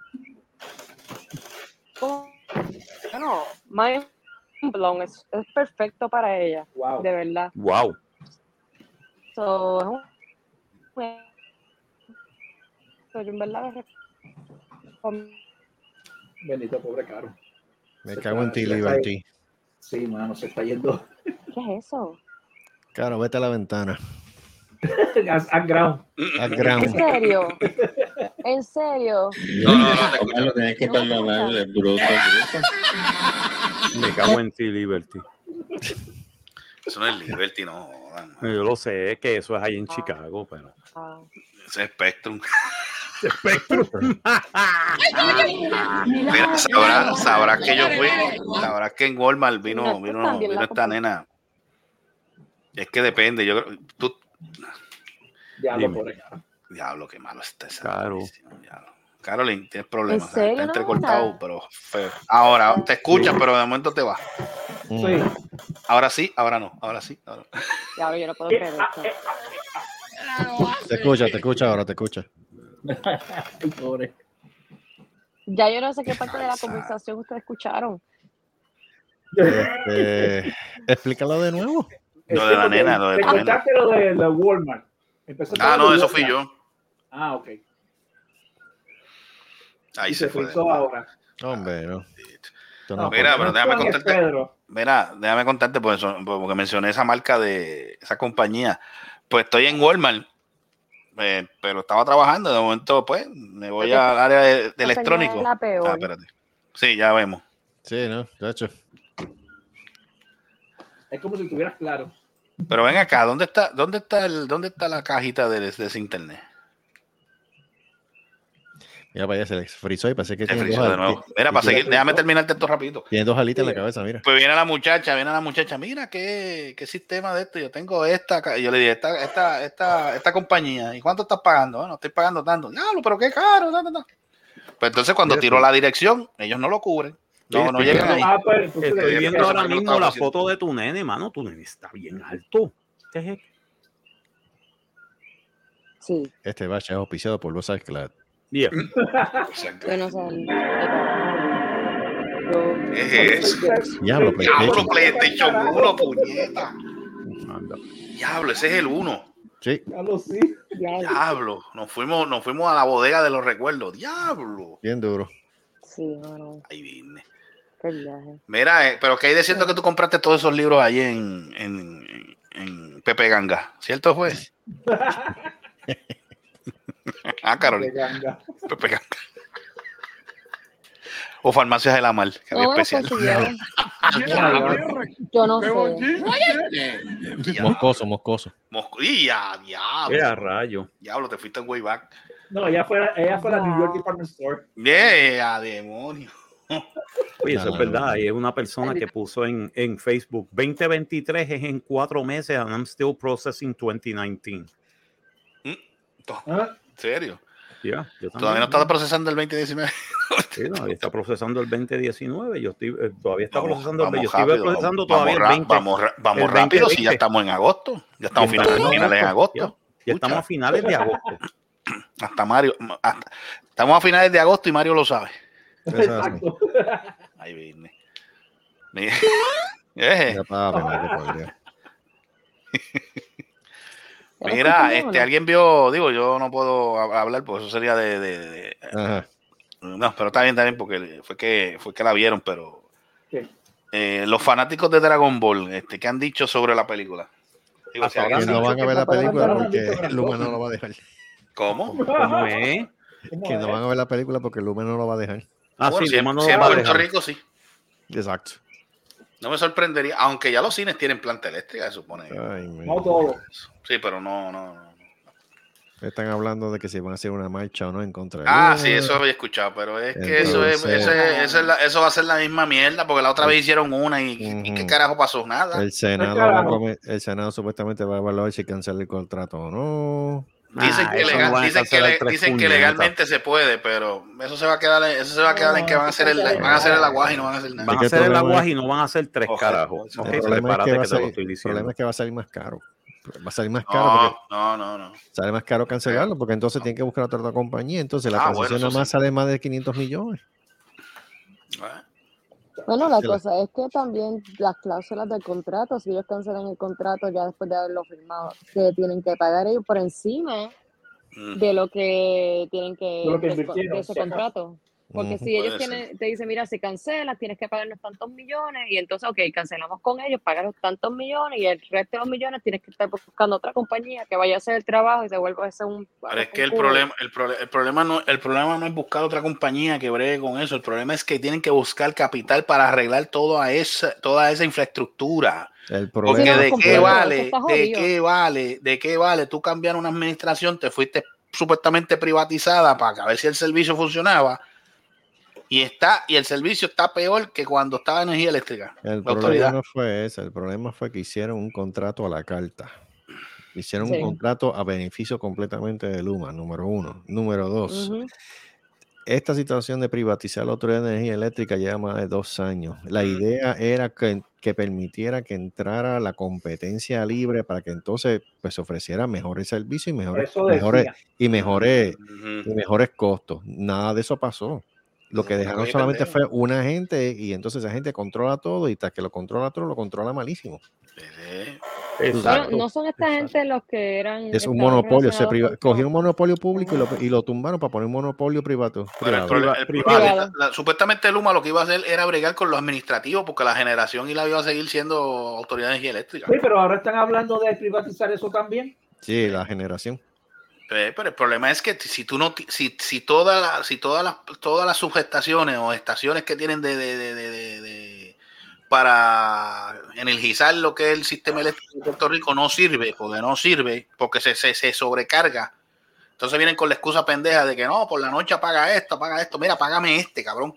bueno, mind blown, es, es perfecto para ella, Wow. de verdad. Wow. So, es un- pero en verdad me recomiendo. Bendito pobre Caro. Me Se cago está- en ti, se está Liberty. Sí, mano, se está yendo. ¿Qué es eso? Claro, vete a la ventana. As, as ground. Haz ¿En ground. serio? ¿En serio? no, no, no, te escucho. Lo tienes que perdonarle, bruto, bruto. Me cago en ti, Liberty. Eso no es Liberty, no. jodan. Yo lo sé que eso es ahí en Chicago, pero. Ah, Ese es Spectrum. Spectrum. Mira, sabrás, sabrás que yo fui, sabrás que en Walmart vino, Esto vino, también vino la esta nena. Es que depende, yo creo, tú, Diablo, Dime. pobre Caro. diablo, qué malo está ese. Claro. diablo. Caroline, tienes problemas. ¿En serio, Está nena? entrecortado, pero feo. Ahora te escuchas, pero de momento te va. Mm. Sí. Ahora sí, ahora no. Ahora sí. Ahora. ya, yo no puedo creer esto. Te escucha, te escucha ahora, te escucha. Ay, pobre. Ya yo no sé qué parte de la Ay, conversación ustedes escucharon. Este, explícalo de nuevo. Lo de la nena, lo de Te tu nena. contaste lo de, lo de Walmart. Empezaste Ah, a no, hablar de eso fui Walmart. yo. Ah, ok. Ahí Y se se fue. frizó ahora. Hombre, no. Esto no No, Mira, pero déjame Juan es contarte. Pedro. Mira, déjame contarte por eso, porque mencioné esa marca de esa compañía. Pues estoy en Walmart, eh, pero estaba trabajando. De momento, pues, me voy Porque al área de, de esta electrónico. señal es la peor. Ah, espérate. Sí, ya vemos. Sí, no, de hecho. Es como si tuvieras claro. Pero ven acá, ¿dónde está, dónde está el, dónde está la cajita de, de ese internet? Mira, para allá se le frizó y parece que Se tiene frizó dos, de nuevo. al- Mira, para tiene- seguir, déjame terminarte esto rapidito. tiene dos alitas en la cabeza, mira. Pues viene la muchacha, viene la muchacha, mira qué, qué sistema de esto. Yo tengo esta, ca- y yo le dije, esta, esta, esta, esta compañía, ¿y cuánto estás pagando? Bueno, estoy pagando tanto. Diablo, pero qué caro. Ta, ta, ta. Pues entonces cuando Mira, tiro sí. la dirección, ellos no lo cubren. No, Sí, no estoy llegan ahí. viendo- Ah, pues, entonces Estoy debería viendo ser- ahora eso no mismo estaba la haciendo. foto de tu nene, mano. Tu nene está bien alto. ¿Qué es esto? Sí, Este bache es auspiciado por los Clad. Yeah. Exacto. yo no sé. ¿Qué es eso? Diablo, Diablo, PlayStation. PlayStation uno, puñeta. Anda. Diablo, ese es el uno. Sí. Diablo, sí. Diablo. Nos fuimos, nos fuimos a la bodega de los recuerdos. Diablo. Bien duro. Sí, bueno. Ahí vine. Qué viaje. Mira, eh, pero que hay diciendo que tú compraste todos esos libros allí en, en, en, en Pepe Ganga. ¿Cierto fue? Ah, Carolina. Pepe Ganga. O Farmacias de la Mar, que había No, bueno, especial. consiguieron. Yo no sé. Moscoso, moscoso. Mosco- y ya, diablo. Qué a rayo. Diablo, te fuiste way back. No, ella fue, ella fue a la New York Department Store. Yeah, demonio. Oye, eso No, es no, verdad. Y es una persona que puso en, en Facebook veinte veintitrés es en cuatro meses and I'm still processing twenty nineteen. ¿Ah? ¿En serio? Yeah, yo Todavía no estás procesando el veinte diecinueve. Sí, todavía está procesando el veinte diecinueve. Yo estoy, eh, todavía está Vamos, procesando el vamos Yo estoy rápido, procesando vamos, todavía vamos, el veinte. vamos, ra- vamos el rápido, si veinte. ya estamos en agosto. Ya estamos Ya finales, estamos en finales en agosto. agosto. Ya, ya estamos a finales de agosto. Hasta Mario. hasta- estamos a finales de agosto y Mario lo sabe. Exacto. Ahí viene. Mira. Eh, Ya para penal de por Dios. Mira, este, alguien vio, digo, yo no puedo hab- hablar porque eso sería de, de- de- Ajá. no, pero está bien, está bien porque fue que fue que la vieron, pero ¿Qué? eh, los fanáticos de Dragon Ball, este, ¿qué han dicho sobre la película? Digo, si Hasta ahora alguien- Que no van a ver la película no, no, porque no, no, no. Luma no lo va a dejar. ¿Cómo? ¿Cómo es? Que no van a ver la película porque Luma no lo va a dejar. Ah, Bueno, sí, si, en- Luma no si lo en va a Puerto dejar. Rico sí. Exacto. No me sorprendería, aunque ya los cines tienen planta eléctrica, se supone. Ay, man. No todo. Sí, pero no, no, no. Están hablando de que si van a hacer una marcha o no en contra de Ah, Luma. sí, eso había escuchado, pero es que eso es, Entonces- eso, es- eso es la- eso va a ser la misma mierda, porque la otra vez hicieron una y, y ¿qué Ujú. carajo pasó? Nada. El Senado, Carajo. va a come- el Senado supuestamente va a evaluar si cancela el contrato o no. Dicen, Ah, que, eso legal- no van a dicen, que, cancelar le- tres dicen que puñetas. legalmente se puede, pero eso se va a quedar, en- eso se va a quedar en que van a hacer el, van a hacer el aguaje y no van a hacer nada. Van Es a que hacer el el problema agua es- y no van a hacer tres Ojalá. carajos. El Ok, el, problema es prepárate que va a que te lo salir, estoy el diciendo. problema es que va a salir más caro. Va a salir más caro porque No, no, no, no. sale más caro cancelarlo porque entonces tienen que buscar otra, otra compañía. Entonces la Ah, concesión bueno, eso nada más sí. sale más de quinientos millones. Ah, Bueno, la Sí, la- cosa es que también las cláusulas del contrato, si ellos cancelan el contrato ya después de haberlo firmado, que tienen que pagar ellos por encima mm. de lo que tienen que, De lo que de, invirtieron, de ese si acaso. contrato. Porque Ujú. si ellos Puede tienen, te dicen, mira, si cancelas, tienes que pagarnos tantos millones, y entonces, ok, cancelamos con ellos, pagaron tantos millones, y el resto de los millones tienes que estar buscando otra compañía que vaya a hacer el trabajo y se vuelva a hacer un... Pero es que un el culo. problema, el, prole- el problema no, el problema no es buscar otra compañía que bregue con eso. El problema es que tienen que buscar capital para arreglar toda esa, toda esa infraestructura. El Porque problema no, de qué completo, vale, eso está de jodido. qué vale, de qué vale tú cambiar una administración, te fuiste supuestamente privatizada para ver si el servicio funcionaba y está y el servicio está peor que cuando estaba energía eléctrica. El La problema autoridad. no fue ese, el problema fue que hicieron un contrato a la carta. Hicieron Sí. un contrato a beneficio completamente de Luma, número uno. Número dos, Ujú. esta situación de privatizar la Autoridad de Energía Eléctrica lleva más de dos años. La idea era que, que permitiera que entrara la competencia libre para que entonces pues, se ofreciera mejores servicios y mejores, Eso mejores, decía. y mejores, Ujú. y mejores costos. Nada de eso pasó. Lo que No, dejaron oye, solamente pendejo. fue una gente y entonces esa gente controla todo y hasta que lo controla todo, lo controla malísimo. Sí. Bueno, Exacto. no son esta gente los que eran... Es un estaban monopolio. Se relacionados priva- con- cogieron un monopolio público y lo, y lo tumbaron para poner un monopolio privado. Pero el privado. problema- el Privado. problema- la- la- supuestamente Luma lo que iba a hacer era bregar con los administrativos porque la generación y la iba a seguir siendo autoridad de energía eléctrica. Sí, pero ahora están hablando de privatizar eso también. Sí, la generación. Eh, Pero el problema es que si tú no, ti- si, si todas las, si todas las, todas las subestaciones o estaciones que tienen de, de, de, de, de- de- para energizar lo que es el sistema eléctrico de Puerto Rico no sirve, porque no sirve, porque se, se, se sobrecarga. Entonces vienen con la excusa pendeja de que no, por la noche apaga esto, apaga esto. Mira, págame este, cabrón.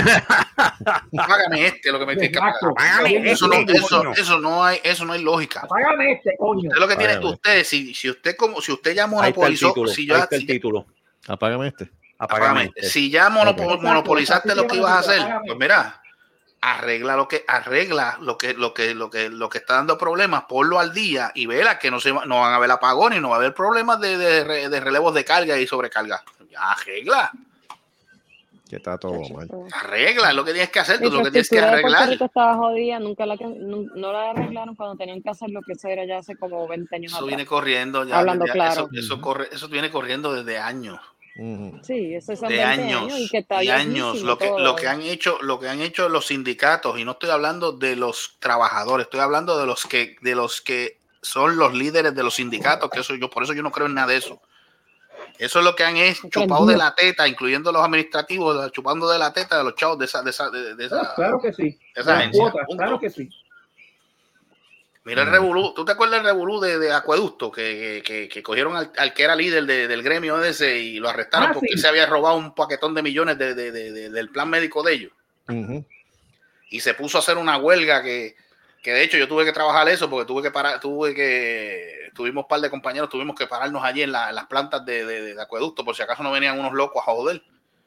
Págame este, lo que me tienes que pagar. Exacto. Págame Eso no, este, eso, coño. eso no hay, eso no hay lógica. Apágame este, coño. Es lo que tiene Págame. usted, si, si usted como, si usted ya Ahí está el monopolizó, título. si Ahí ya, está el si- título. Apágame este. Apágame Apágame. este. Si ya monopo- Ok. monopolizaste lo que ibas a hacer, Apágame. pues mira, arregla lo que arregla lo que lo que lo que lo que está dando problemas, ponlo al día y vela que no se va- no van a haber apagones, no va a haber problemas de, de, re- de relevos de carga y sobrecarga. Ya arregla. Que está todo mal. Arregla lo que tienes que hacer, La tú lo que tienes que infraestructura de Puerto arreglar. Rico estaba jodida, nunca la, no, no la arreglaron cuando tenían que hacer lo que eso era ya hace como veinte años Eso atrás. viene corriendo ya. Hablando ya, claro. Eso, eso, corre, eso viene corriendo desde años. Uh-huh. Sí, eso son de veinte años, años y que está y años lo que todo. lo que han hecho lo que han hecho los sindicatos, y no estoy hablando de los trabajadores, estoy hablando de los que de los que son los líderes de los sindicatos, que eso yo por eso yo no creo en nada de eso. Eso es lo que han hecho, chupado de la teta, incluyendo los administrativos, chupando de la teta de los chavos de esa de esa de, de esa, Ah, claro que sí. de esa agencia. Cuotas, claro que sí. Mira el revolú, ¿tú te acuerdas del revolú de, de Acueducto? Que, que, que cogieron al, al que era líder de, del gremio ese y lo arrestaron ah, porque sí. se había robado un paquetón de millones de, de, de, de, del plan médico de ellos. Uh-huh. Y se puso a hacer una huelga que, que de hecho yo tuve que trabajar eso porque tuve que parar, tuve que, tuvimos un par de compañeros, tuvimos que pararnos allí en, la, en las plantas de, de, de Acueducto por si acaso no venían unos locos a joder.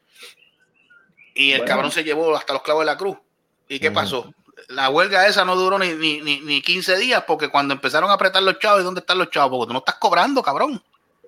Y el bueno. cabrón se llevó hasta los clavos de la cruz. ¿Y qué uh-huh. pasó? La huelga esa no duró ni, ni, ni, ni quince días porque cuando empezaron a apretar los chavos, ¿y dónde están los chavos? Porque tú no estás cobrando, cabrón.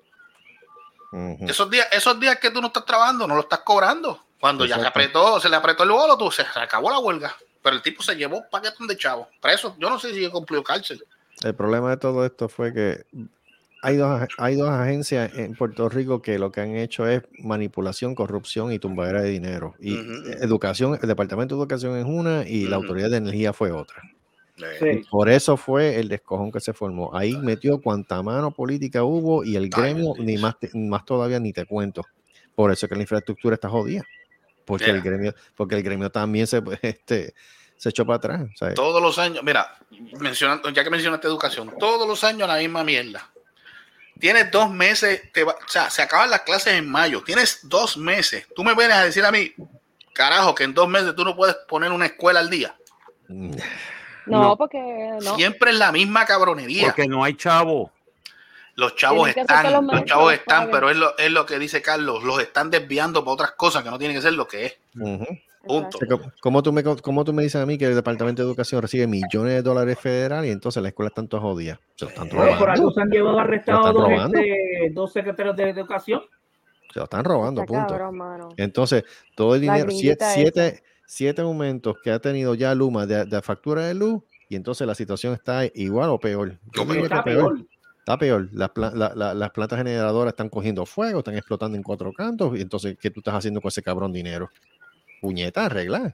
Uh-huh. Esos días, esos días que tú no estás trabajando, no lo estás cobrando. Cuando Exacto. ya se apretó, se le apretó el bolo, tú, se, se acabó la huelga. Pero el tipo se llevó un paquetón de chavos. Preso, yo no sé si cumplió cárcel. El problema de todo esto fue que hay dos, hay dos agencias en Puerto Rico que lo que han hecho es manipulación, corrupción y tumbadera de dinero. Y uh-huh. educación, el Departamento de Educación es una y uh-huh. la Autoridad de Energía fue otra. Sí. Por eso fue el descojón que se formó. Ahí metió cuanta mano política hubo y el gremio, Ay, ni más, más todavía ni te cuento. Por eso es que la infraestructura está jodida. Porque, yeah. el, gremio, porque el gremio también se, este, se echó para atrás. ¿Sabes? Todos los años, mira, mencionando, ya que mencionaste educación, todos los años la misma mierda. Tienes dos meses, te va, o sea, se acaban las clases en mayo. Tienes dos meses. Tú me vienes a decir a mí, carajo, que en dos meses tú no puedes poner una escuela al día. No, no. porque no. Siempre es la misma cabronería. Porque no hay chavo. Los chavos están, los, los chavos están, paguen. Pero es lo, es lo que dice Carlos, los están desviando para otras cosas que no tienen que ser lo que es. Uh-huh. Punto. ¿Cómo tú, me, ¿Cómo tú me dices a mí que el Departamento de Educación recibe millones de dólares federales y entonces las escuelas están todas jodidas? Se lo están eh, robando. Por algo se han llevado arrestados dos, este, dos secretarios de educación. Se lo están robando, Está punto. Cabrón, entonces, todo el dinero, siete, siete, siete aumentos que ha tenido ya Luma de, de factura de luz y entonces la situación está igual o peor. Yo creo que está peor. peor. Está peor, las, la, la, las plantas generadoras están cogiendo fuego, están explotando en cuatro cantos, y entonces, ¿qué tú estás haciendo con ese cabrón dinero? Puñeta, arregla.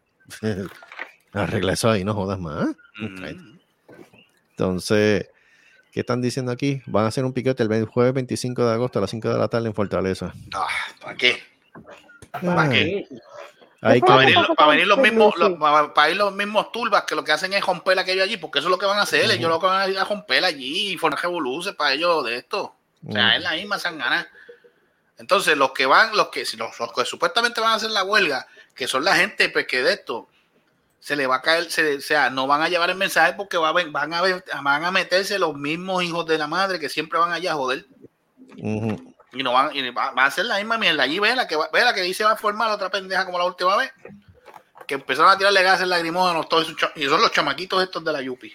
Arregla eso ahí, no jodas más. Mm. Entonces, ¿qué están diciendo aquí? Van a hacer un piquete el jueves veinticinco de agosto a las cinco de la tarde en Fortaleza. Ah, ¿para qué? ¿Para ah. qué? Hay para, venir, para venir los mismos los, para, para ir los mismos turbas que lo que hacen es romper aquello allí, porque eso es lo que van a hacer. Uh-huh. Ellos lo que van a ir a romper allí y formar revoluciones para ellos de esto. O sea, uh-huh. es la misma sangana. Entonces, los que van, los que, los, los que supuestamente van a hacer la huelga, que son la gente pues, que de esto se le va a caer, se, o sea, no van a llevar el mensaje porque va a, van, a ver, van a meterse los mismos hijos de la madre que siempre van allá a joder. Uh-huh. Y no van, y va, va a hacer la misma mierda. Allí ve la que ve la que dice va a formar otra pendeja como la última vez. Que empezaron a tirarle gases lacrimógenos todos esos, y son los chamaquitos estos de la Yupi.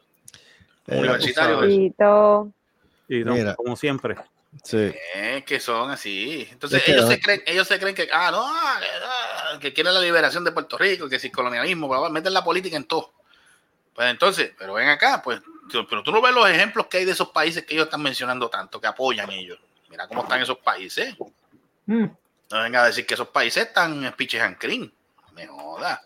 Eh, Universitarios. Y todo. Y no, Mira, como siempre. Sí. Eh, que son así. Entonces es ellos, que, se creen, ellos se creen que, ah, no, que, que quieren la liberación de Puerto Rico, que si colonialismo, bla, bla, meten la política en todo. Pues entonces, pero ven acá, pues, pero tú no ves los ejemplos que hay de esos países que ellos están mencionando tanto, que apoyan ellos. Mira cómo están esos países. Mm. No venga a decir que esos países están en piches and cream. Me joda.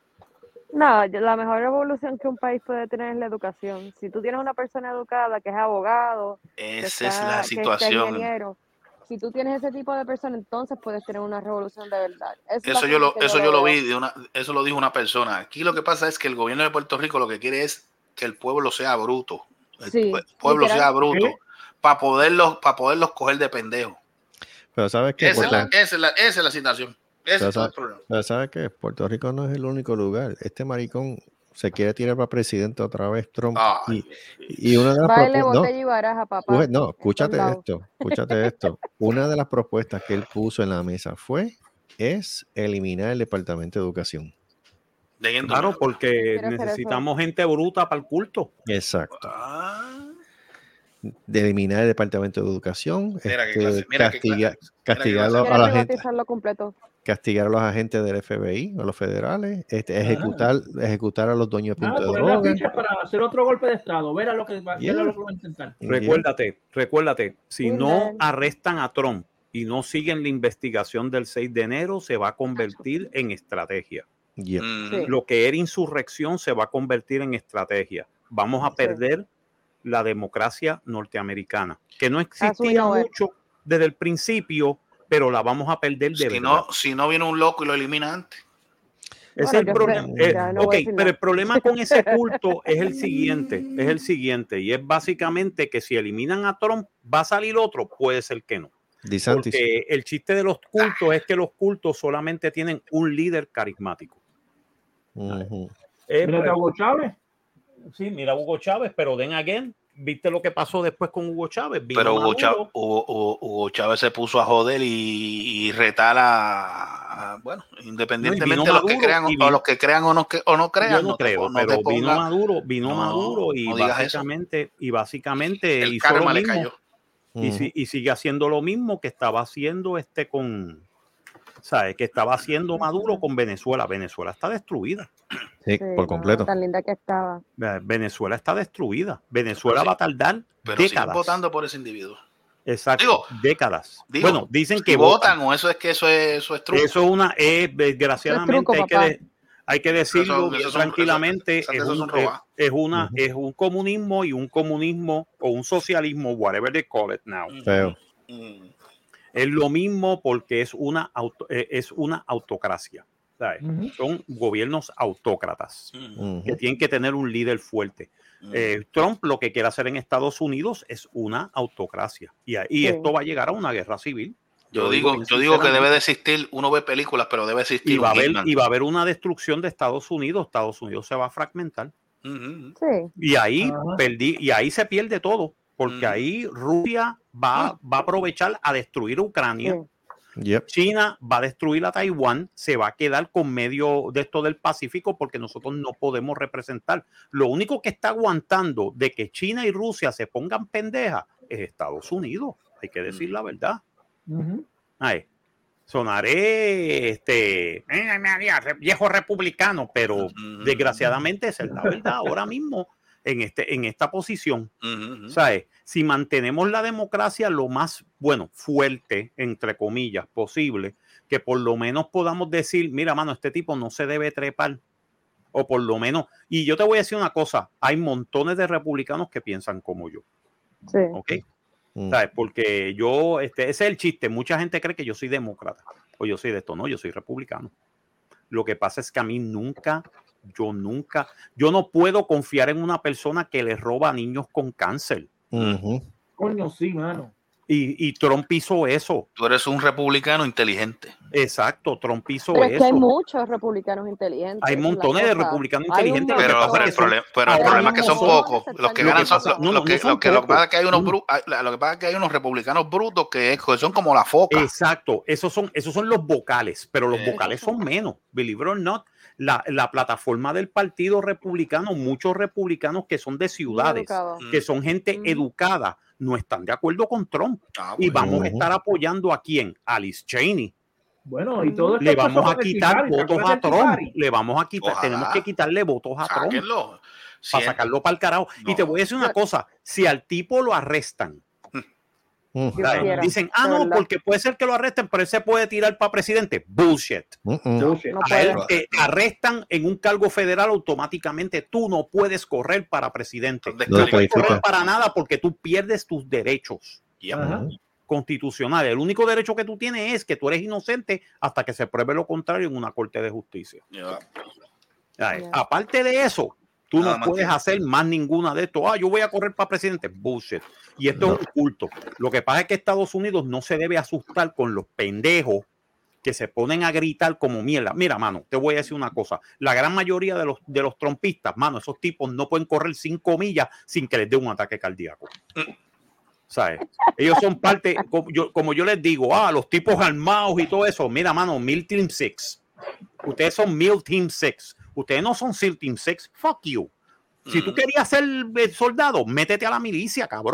No, la mejor revolución que un país puede tener es la educación. Si tú tienes una persona educada que es abogado, esa está, es la situación. Ingeniero, si tú tienes ese tipo de persona, entonces puedes tener una revolución de verdad. Esa eso yo lo, eso yo lo vi de una, eso lo dijo una persona. Aquí lo que pasa es que el gobierno de Puerto Rico lo que quiere es que el pueblo sea bruto. El sí, pueblo sea bruto. ¿Eh? Para poderlos, para poderlos coger de pendejo. Pero sabes que esa, es la, esa, es la, esa es la situación. Ese es todo el problema. Pero sabes que Puerto Rico no es el único lugar. Este maricón se quiere tirar para presidente otra vez, Trump. Ay, y, y una de las Baile, botella y baraja, papá. No, escúchate esto, escúchate esto. Una de las propuestas que él puso en la mesa fue es eliminar el Departamento de Educación. Claro, porque necesitamos gente bruta para el culto. Exacto. Ah. De eliminar el Departamento de Educación, mira este, que clase, mira castiga, que castigarlo a la gente. Completo. castigar a los agentes del F B I, a los federales, este, ejecutar, ejecutar a los dueños de Ah, punto de poner la droga. ficha para hacer otro golpe de estado. Ver a lo que va, Yeah. ver a lo que va a intentar. Recuérdate, recuérdate, si Sí, no man. arrestan a Trump y no siguen la investigación del seis de enero, se va a convertir en estrategia. Yeah. Mm. Sí. Lo que era insurrección se va a convertir en estrategia. Vamos a Sí. perder la democracia norteamericana, que no As we existía know it. mucho desde el principio, pero la vamos a perder de Si verdad. no, si no viene un loco y lo elimina antes. Ese Bueno, es el yo problema. espero- Eh, ya no ok, voy a decir pero nada. el problema con ese culto es el siguiente, es el siguiente, y es básicamente que si eliminan a Trump, va a salir otro, puede ser que no. DeSantis. Porque el chiste de los cultos es que los cultos solamente tienen un líder carismático. Ujú. Eh, Mira, pero- Hugo Chávez. sí, mira Hugo Chávez, pero then again, ¿viste lo que pasó después con Hugo Chávez? Vino Pero Hugo Maduro. Chávez, Hugo, Hugo- Hugo Chávez se puso a joder y, y retar a, a- bueno, independientemente vino de los que Maduro crean y o vino- los que crean o no, que, o no crean, Yo no, no te creo, pon- no te pero vino ponga- Maduro, vino No, Maduro y no digas eso. básicamente, y básicamente el hizo lo karma le mismo. cayó. Y, si- y sigue haciendo lo mismo que estaba haciendo este con, ¿sabes? Que estaba haciendo Maduro con Venezuela. Venezuela está destruida. Sí, Sí, por no, completo. tan linda que estaba. Eh, Venezuela está destruida. Venezuela Pero sí, va a tardar Pero siguen décadas. votando por ese individuo. Exacto, Digo, décadas. digo, bueno, dicen Si que votan votan. o eso es que eso es, eso es truco. Eso es una, eh, desgraciadamente, truco, hay, que papá. de- hay que decirlo Eso- bien eso son- tranquilamente. eso- es, eso un, son es, robadas. es una, Ujú. es un comunismo y un comunismo o un socialismo, whatever they call it now. Feo. Mm. Es lo mismo porque es una, auto- eh, es una autocracia. ¿Sabes? Ujú. Son gobiernos autócratas Mm. que Ujú. tienen que tener un líder fuerte. Mm. Eh, Trump lo que quiere hacer en Estados Unidos es una autocracia y, ahí Sí. esto va a llegar a una guerra civil. Yo lo digo, bien yo digo que sinceramente. debe de existir, uno ve películas, pero debe existir y va, a un haber, Hitman. y va a haber una destrucción de Estados Unidos. Estados Unidos se va a fragmentar Ujú. Sí. y ahí Ajá. perdí y ahí se pierde todo porque Mm. ahí Rusia va, va a aprovechar a destruir Ucrania. Sí. Yep. China va a destruir a Taiwán, se va a quedar con medio de esto del Pacífico porque nosotros no podemos representar. Lo único que está aguantando de que China y Rusia se pongan pendejas es Estados Unidos. Hay que decir la verdad. Ujú. Ay, sonaré este eh, María, re- viejo republicano, pero Ujú. desgraciadamente esa es la verdad ahora mismo en este en esta posición. Ujú, ujú. ¿Sabes? Si mantenemos la democracia lo más, bueno, fuerte, entre comillas, posible, que por lo menos podamos decir, mira, mano, este tipo no se debe trepar. O por lo menos, y yo te voy a decir una cosa, hay montones de republicanos que piensan como yo, Sí. ¿ok? Mm. ¿Sabes? Porque yo, este, ese es el chiste, mucha gente cree que yo soy demócrata, o yo soy de esto, no, yo soy republicano. Lo que pasa es que a mí nunca, yo nunca, yo no puedo confiar en una persona que le roba a niños con cáncer. Ujú. Coño, sí, mano. Y, y Trump hizo eso. Tú eres un republicano inteligente. Exacto, Trump hizo Pero es eso. que hay muchos republicanos inteligentes. Hay esa es la montones de cosa. republicanos Hay un inteligentes. Lo que Pero, pasa pero es el, que son- problema, pero el ahora problema es que mismo son son- pocos. Los que Lo ganan que son, pasa- los, no, los no, que, no son los que, lo que pasa es que hay unos pocos. bru- ah, lo que pasa es que hay unos republicanos brutos que, que son como la foca. Exacto, esos son, esos son los vocales, pero los Eh. vocales son menos, believe it or not. La, la plataforma del Partido Republicano, muchos republicanos que son de ciudades, educado. que son gente Ujú. educada, no están de acuerdo con Trump. Ah, Y bueno. vamos a Ujú. estar apoyando a quién? A Liz Cheney. Bueno, y todo esto Le pasó vamos a con el quitar Tea Party, ¿te votos acuerdas a del Tea Trump. Party? Le vamos a quitar, Ojalá. tenemos que quitarle votos a Trump. Sáquenlo. Si Para en- sacarlo para el carajo. Y No. te voy a decir una cosa, si al tipo lo arrestan, Mm. Dios ¿sabes? quiera, dicen, ah, de no, verdad. porque puede ser que lo arresten, pero él se puede tirar para presidente. Bullshit. Mm-mm. Bullshit. No A él puede. te arrestan en un cargo federal automáticamente. Tú no puedes correr para presidente. Estás No puedes descalificado. correr para nada porque tú pierdes tus derechos Ya. Ajá. constitucionales. El único derecho que tú tienes es que tú eres inocente hasta que se pruebe lo contrario en una corte de justicia. Ya. Ay, Ya. Aparte de eso, tú Nada no más puedes que- hacer más ninguna de esto. Ah, yo voy a correr para presidente. Bullshit. Y esto No. es un culto. Lo que pasa es que Estados Unidos no se debe asustar con los pendejos que se ponen a gritar como mierda. Mira, mano, te voy a decir una cosa. La gran mayoría de los, de los trompistas, mano, esos tipos no pueden correr cinco millas sin que les dé un ataque cardíaco. ¿Sabes? Ellos son parte, como yo, como yo les digo, ah, los tipos armados y todo eso. Mira, mano, Mil Team Six. Ustedes son Mil Team Six. Ustedes no son SEAL Team Six. Fuck you. Si tú Mm. querías ser eh, soldado, métete a la milicia, cabrón.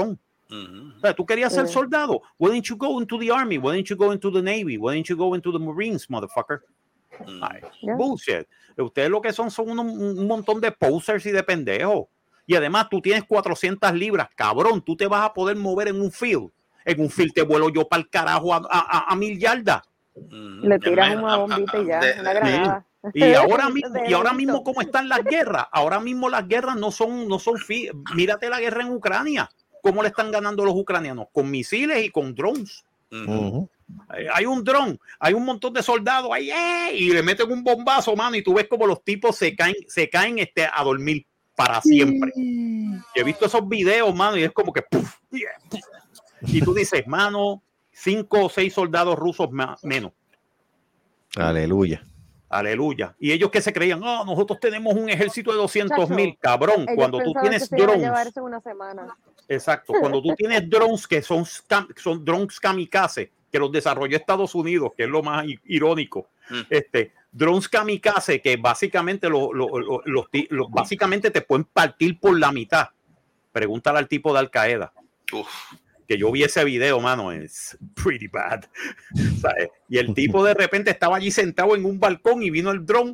Uh-huh. O sea, tú querías ser Sí. soldado. Why didn't you go into the army? Why didn't you go into the navy? Why didn't you go into the marines, motherfucker? Uh-huh. Ay, Yeah. bullshit. Ustedes lo que son son uno- un montón de posers y de pendejos. Y además tú tienes cuatrocientas libras, cabrón. Tú te vas a poder mover en un field. En un field te vuelo yo para el carajo a, a, a mil yardas. Uh-huh. Le tiras Ya me- una bombita y ya, de- una de- granada. Y ahora mismo, De y ahora lejito. mismo cómo están las guerras. Ahora mismo las guerras no son, no son fi- mírate la guerra en Ucrania. ¿Cómo le están ganando los ucranianos? Con misiles y con drones. Uh-huh. Ujú. Eh, Hay un dron, hay un montón de soldados ahí, ¡eh! Y le meten un bombazo, mano, y tú ves como los tipos se caen, se caen este, a dormir para siempre. Y he visto esos videos, mano, y es como que ¡puf! Yeah, puf. Y tú dices, mano, cinco o seis soldados rusos ma- menos. Aleluya. Aleluya. Y ellos que se creían, oh, nosotros tenemos un ejército de doscientos mil, Chacho, cabrón. Ellos Cuando tú pensaban tienes que se iban a drones, llevar eso en una semana. exacto, cuando tú tienes drones que son, scam- son drones kamikaze, que los desarrolló Estados Unidos, que es lo más i- irónico, Mm. este, drones kamikaze que básicamente, lo, lo- lo- los ti- los- básicamente te pueden partir por la mitad. Pregúntale al tipo de Al Qaeda. Uf. Que yo vi ese video, mano, es pretty bad. ¿Sabes? Y el tipo de repente estaba allí sentado en un balcón y vino el dron,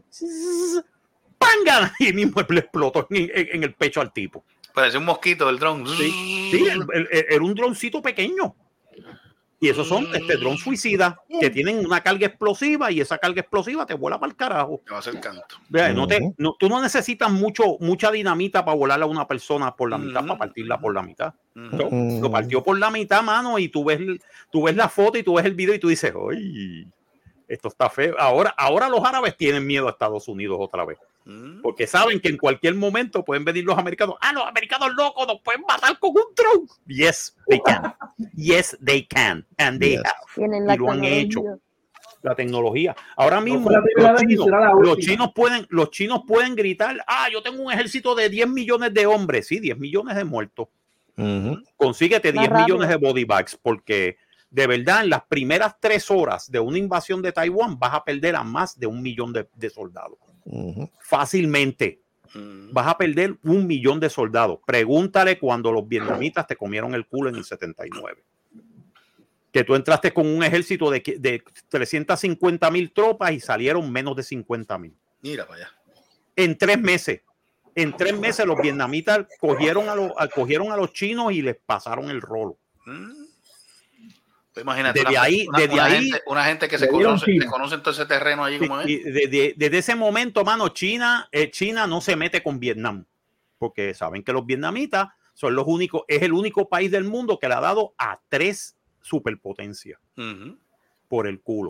¡panga! Y mismo le explotó en, en- en el pecho al tipo. Parece un mosquito el dron. Sí, sí, el- el- el- era un droncito pequeño. Y esos son este dron suicidas que tienen una carga explosiva y esa carga explosiva te vuela para el carajo. Te va a hacer canto. Vea, no te, Ujú. no- tú no necesitas mucho, mucha dinamita para volar a una persona por la mitad, Ujú. para partirla por la mitad. Ujú. No, Ujú. lo partió por la mitad, mano, y tú ves, tú ves la foto y tú ves el video y tú dices, ¡ay! Esto está feo. Ahora, ahora los árabes tienen miedo a Estados Unidos otra vez. Mm. Porque saben que en cualquier momento pueden venir los americanos. Ah, los americanos locos nos pueden matar con un drone. Yes, they can. Yes, they can. And they Yes. have. Tienen la Y lo han tecnología. hecho. La tecnología. Ahora mismo, fue la primera los, vez, chinos, será la los última. chinos pueden, los chinos pueden gritar, ah, yo tengo un ejército de diez millones de hombres. Sí, diez millones de muertos. Ujú. Consíguete Más diez rápido. millones de body bags, porque de verdad en las primeras tres horas de una invasión de Taiwán vas a perder a más de un millón de, de soldados. Ujú. Fácilmente Mm. vas a perder un millón de soldados. Pregúntale cuando los vietnamitas te comieron el culo en el setenta y nueve. Que tú entraste con un ejército de, de trescientas cincuenta mil tropas y salieron menos de cincuenta mil. Mira para allá. En tres meses. En tres meses los vietnamitas cogieron a los, cogieron a los chinos y les pasaron el rolo. Mm. Pues imagínate, Desde una, ahí- una- desde una ahí- gente, una gente que se le dieron conoce, China. que conoce todo ese terreno allí como es. Y de- de- desde ese momento, mano, China, eh, China no se mete con Vietnam, porque saben que los vietnamitas son los únicos, es el único país del mundo que le ha dado a tres superpotencias Ujú. por el culo.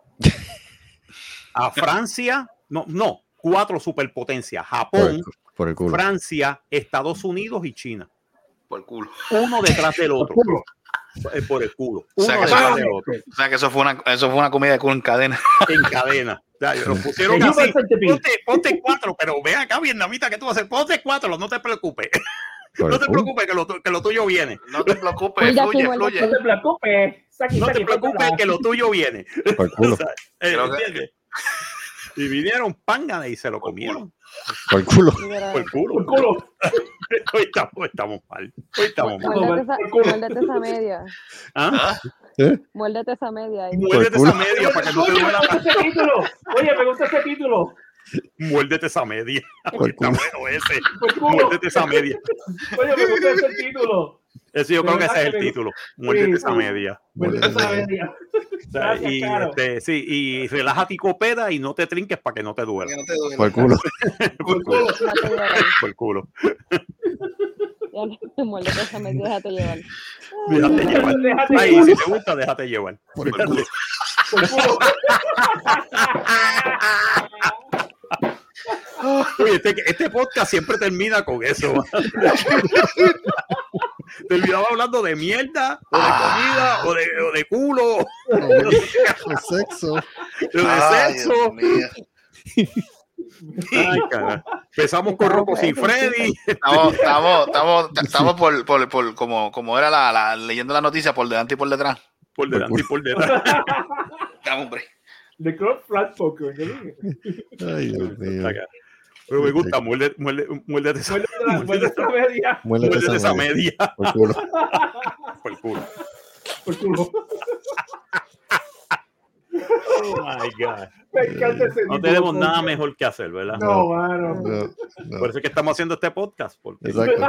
A Francia, no, no, cuatro superpotencias: Por Japón, el, cu- por el culo. Francia, Estados Unidos y China. Por el culo. Uno detrás del otro. culo. Eh, Por el culo. O sea, Uno que detrás eso- del otro. O sea que eso fue una, eso fue una comida de culo en cadena. En cadena. Ya, lo pusieron El así. Human Centipede. Ponte, ponte cuatro, pero ven acá, vietnamita, que tú vas a hacer. Ponte cuatro, no te preocupes. Por No el te culo. preocupes, que lo, tu- que lo tuyo viene. No te preocupes, Mira, fluye, aquí muerde fluye. No te preocupes. Saki, No te Saki, preocupes, suéltala. que lo tuyo viene. Por el culo. O sea, eh, Creo que- ¿entiendes? Y vinieron pángana y se lo comieron. Por el culo. Mira, Por el culo. Por culo. Hoy estamos, estamos mal. Hoy estamos mal. muérdete esa, Por culo. muérdete esa media. ¿Ah? ¿Ah? ¿Eh? Muérdete esa media. ahí. Muérdete culo. esa media para que no te Oye, me duela. gusta ese título. Oye, me gusta ese título. Muérdete esa media. Por Está culo. bueno ese. Por culo. Muérdete esa media. Oye, me gusta ese título. Ese yo De creo que ese verdad es que el me- título. Muérdete Sí, esa sí. media. Muérdete esa media. O sea, Gracias, y, Caro. este, sí, y relájate y coopera y no te trinques para que no te duela. Que no te duele. Por el culo. Por culo. Déjate llevar. Por culo. Ya, muérdete esa media, déjate llevar. Déjate llevar. Déjate Ay, llevar. si te gusta, déjate llevar. Por el culo. Por culo. Oye, este, este podcast siempre termina con eso. Terminaba hablando de mierda, o de comida, o de, o de culo, El sexo. de Ay, sexo. Dios mío. Ay, cara. Empezamos con Rocco y Freddy. Estamos, estamos, estamos, estamos por, por, por como, como era la, la, leyendo la noticia por delante y por detrás. Por delante y por detrás. Dame, hombre. The Club Flat Poker. ¿qué dije? Ay, Dios mío. Pero me gusta, muerde, muerde, muérdete esa, Muérdete la- muérdete esa media. Muérdete muérdete esa media. media. Por el culo. por el culo. Por el culo. Oh my God. Me encanta ese No tipo tenemos de nada cosas. mejor que hacer, ¿verdad? No, mano. No, no. Por eso es que estamos haciendo este podcast. Porque... Exacto.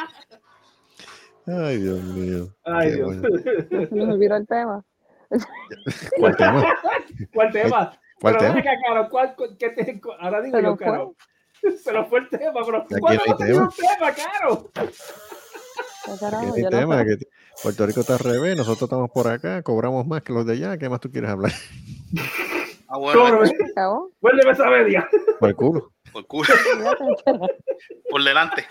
Ay, Dios mío. Ay, Qué Dios. bueno. Se nos olvidó el tema. ¿Cuál tema? ¿Cuál tema? ¿Cuál pero tema? ven acá, Caro, ¿cuál, cuál- qué te, ahora digo Se yo, nos fue. Caro. Se nos fue el tema, pero Aquí ¿cuándo no va hay a salir tema. un tema, Caro? ¿Qué Aquí carajo? no hay Yo no tema. sé. Que Puerto Rico está al revés. Nosotros estamos por acá. Cobramos más que los de allá. ¿Qué más tú quieres hablar? Ah, bueno, Cóbrame. vete ¿Se acabó? Vuélveme esa media. Por el culo. por culo, Olvídate. por delante.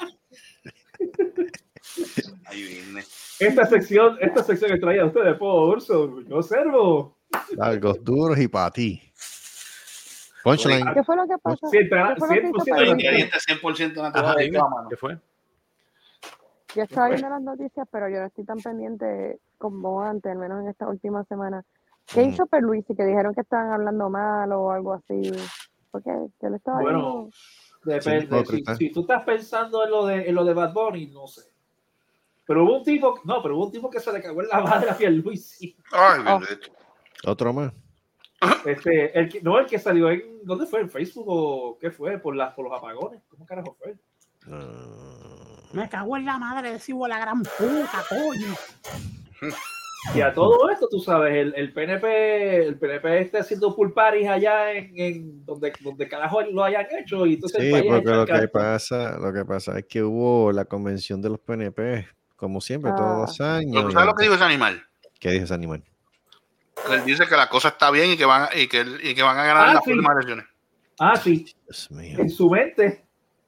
Ahí viene. Esta sección, esta sección que traía ustedes por Urso, yo observo. Largos duros y para ti. Punchline. ¿Qué fue lo que pasó? Sí, tra- ¿Qué fue lo que cien por hizo ciento Los Perluisi? ingredientes cien por ciento Ajá, naturales. dime, Toma, mano. ¿qué fue? Yo estaba viendo las noticias, pero yo no estoy tan pendiente como antes, al menos en esta última semana. ¿Qué Ujú. hizo Perluisi? Que dijeron que estaban hablando mal o algo así. ¿Por qué? ¿Qué le estaba Bueno, diciendo? depende. Si, hipócrita. si tú estás pensando en lo de en lo de Bad Bunny, no sé. Pero hubo un tipo, no, pero hubo un tipo que se le cagó en la madre a Pierluisi. Ay, Oh. bendito. Otro más. Este, el que, no, el que salió en, ¿dónde fue? ¿En Facebook o qué fue? Por las, por los apagones. ¿Cómo carajo fue? Ah, Me cago en la madre de ese hijo de la gran puta, coño. Y a todo esto, tú sabes, el, el P N P, el P N P está haciendo pool parties allá en, en donde, donde carajo lo hayan hecho. Y entonces el sí, país porque está lo que encantado. pasa, lo que pasa es que hubo la convención de los P N P, como siempre, todos Ah. los años. Pero tú y sabes lo que entonces- dijo ese animal. ¿Qué dijo ese animal? Que él dice que la cosa está bien y que van, y que, y que van a ganar Ah, las sí. últimas elecciones. Ah, sí, Dios mío. en su mente.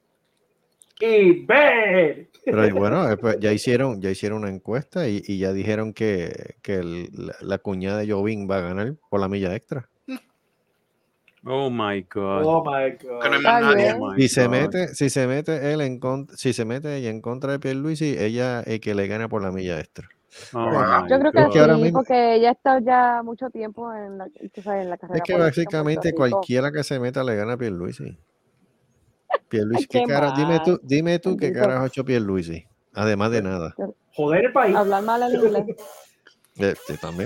Y ve. Pero y bueno, eh, pues, ya hicieron, ya hicieron una encuesta y, y ya dijeron que, que el- la, la cuñada de Jovín va a ganar por la milla extra. Oh my God. Oh my Que no God. hay Está más nadie. bien. Oh my Si se God. mete, si se mete él en contra, si se mete ella en contra de Pierluisi, ella es que le gana por la milla extra. Oh Ajá. my Yo creo que Es que ahora sí, mismo- porque ella está ya mucho tiempo en la, tú sabes, en la carrera Es que política en básicamente Puerto Rico. cualquiera que se meta le gana a Pierluisi. Pierluisi, Ay, ¿qué qué cara? Dime tú, mal. dime tú qué Bendito. carajo ha hecho Pierluisi, además de nada. Joder el país. Hablar mal el inglés. Este también.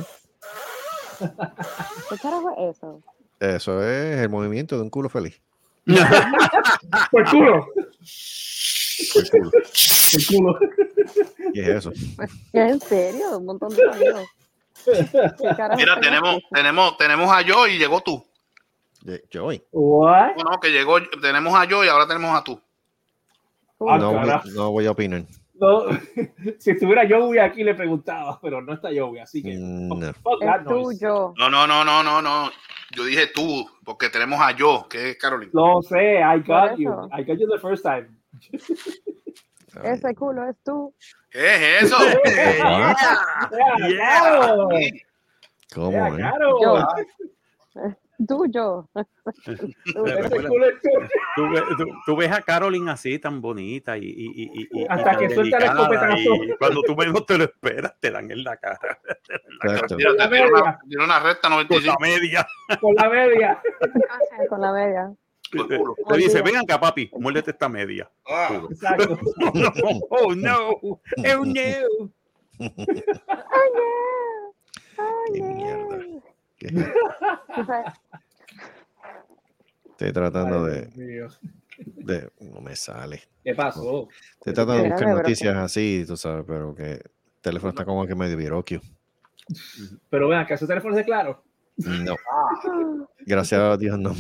¿Qué carajo es eso? Eso es el movimiento de un culo feliz. Por el culo. El culo. El culo. ¿Qué es eso? ¿Es en serio? Un montón de amigos. ¿Qué carajo Mira, es tenemos, eso? tenemos, tenemos a Joe y llegó tú. De- Joey. What? No, no, que llegó, tenemos a Joe y ahora tenemos a tú. Ah, No, voy- carajo. no voy a opinar. No, si estuviera Joey aquí le preguntaba, pero no está Joey, así que. Mm, no. Fuck that Es noise. tuyo. No, no, no, no, no, no. Yo dije tú, porque tenemos a Joe, que es Carolina. Lo sé, I got Por you. eso. I got you the first time. Ay, Ese culo es tú. ¿Qué es eso? Yeah, claro. ¿Cómo, Yeah, eh? claro. Yo. Tuyo. Ese culo es tuyo. Tú, ves- tú- tú ves a Caroline así tan bonita y, y, y, y- y Hasta tan que suelta el delicada, escopetazo. y cuando tú menos te lo esperas te dan en la cara Exacto. Mira, te tiró una, tiró una recta con noventa y la cinco media. Con la media. Con la media. por Te, culo. te dice, ven acá papi, muérdete esta media. Ah, Exacto. Oh no, oh no. Ay, yeah. Ay, Qué yeah. mierda. ¿Qué es esto? Tú sabes, Estoy tratando Ay, de, Dios mío. de- No me sale. ¿Qué pasó? Estoy tratando de Mira, buscar de verdad. noticias así, tú sabes, pero que el teléfono está como que medio viroquio. Pero vean, que ese teléfono es de claro. No. Gracias a Dios, no.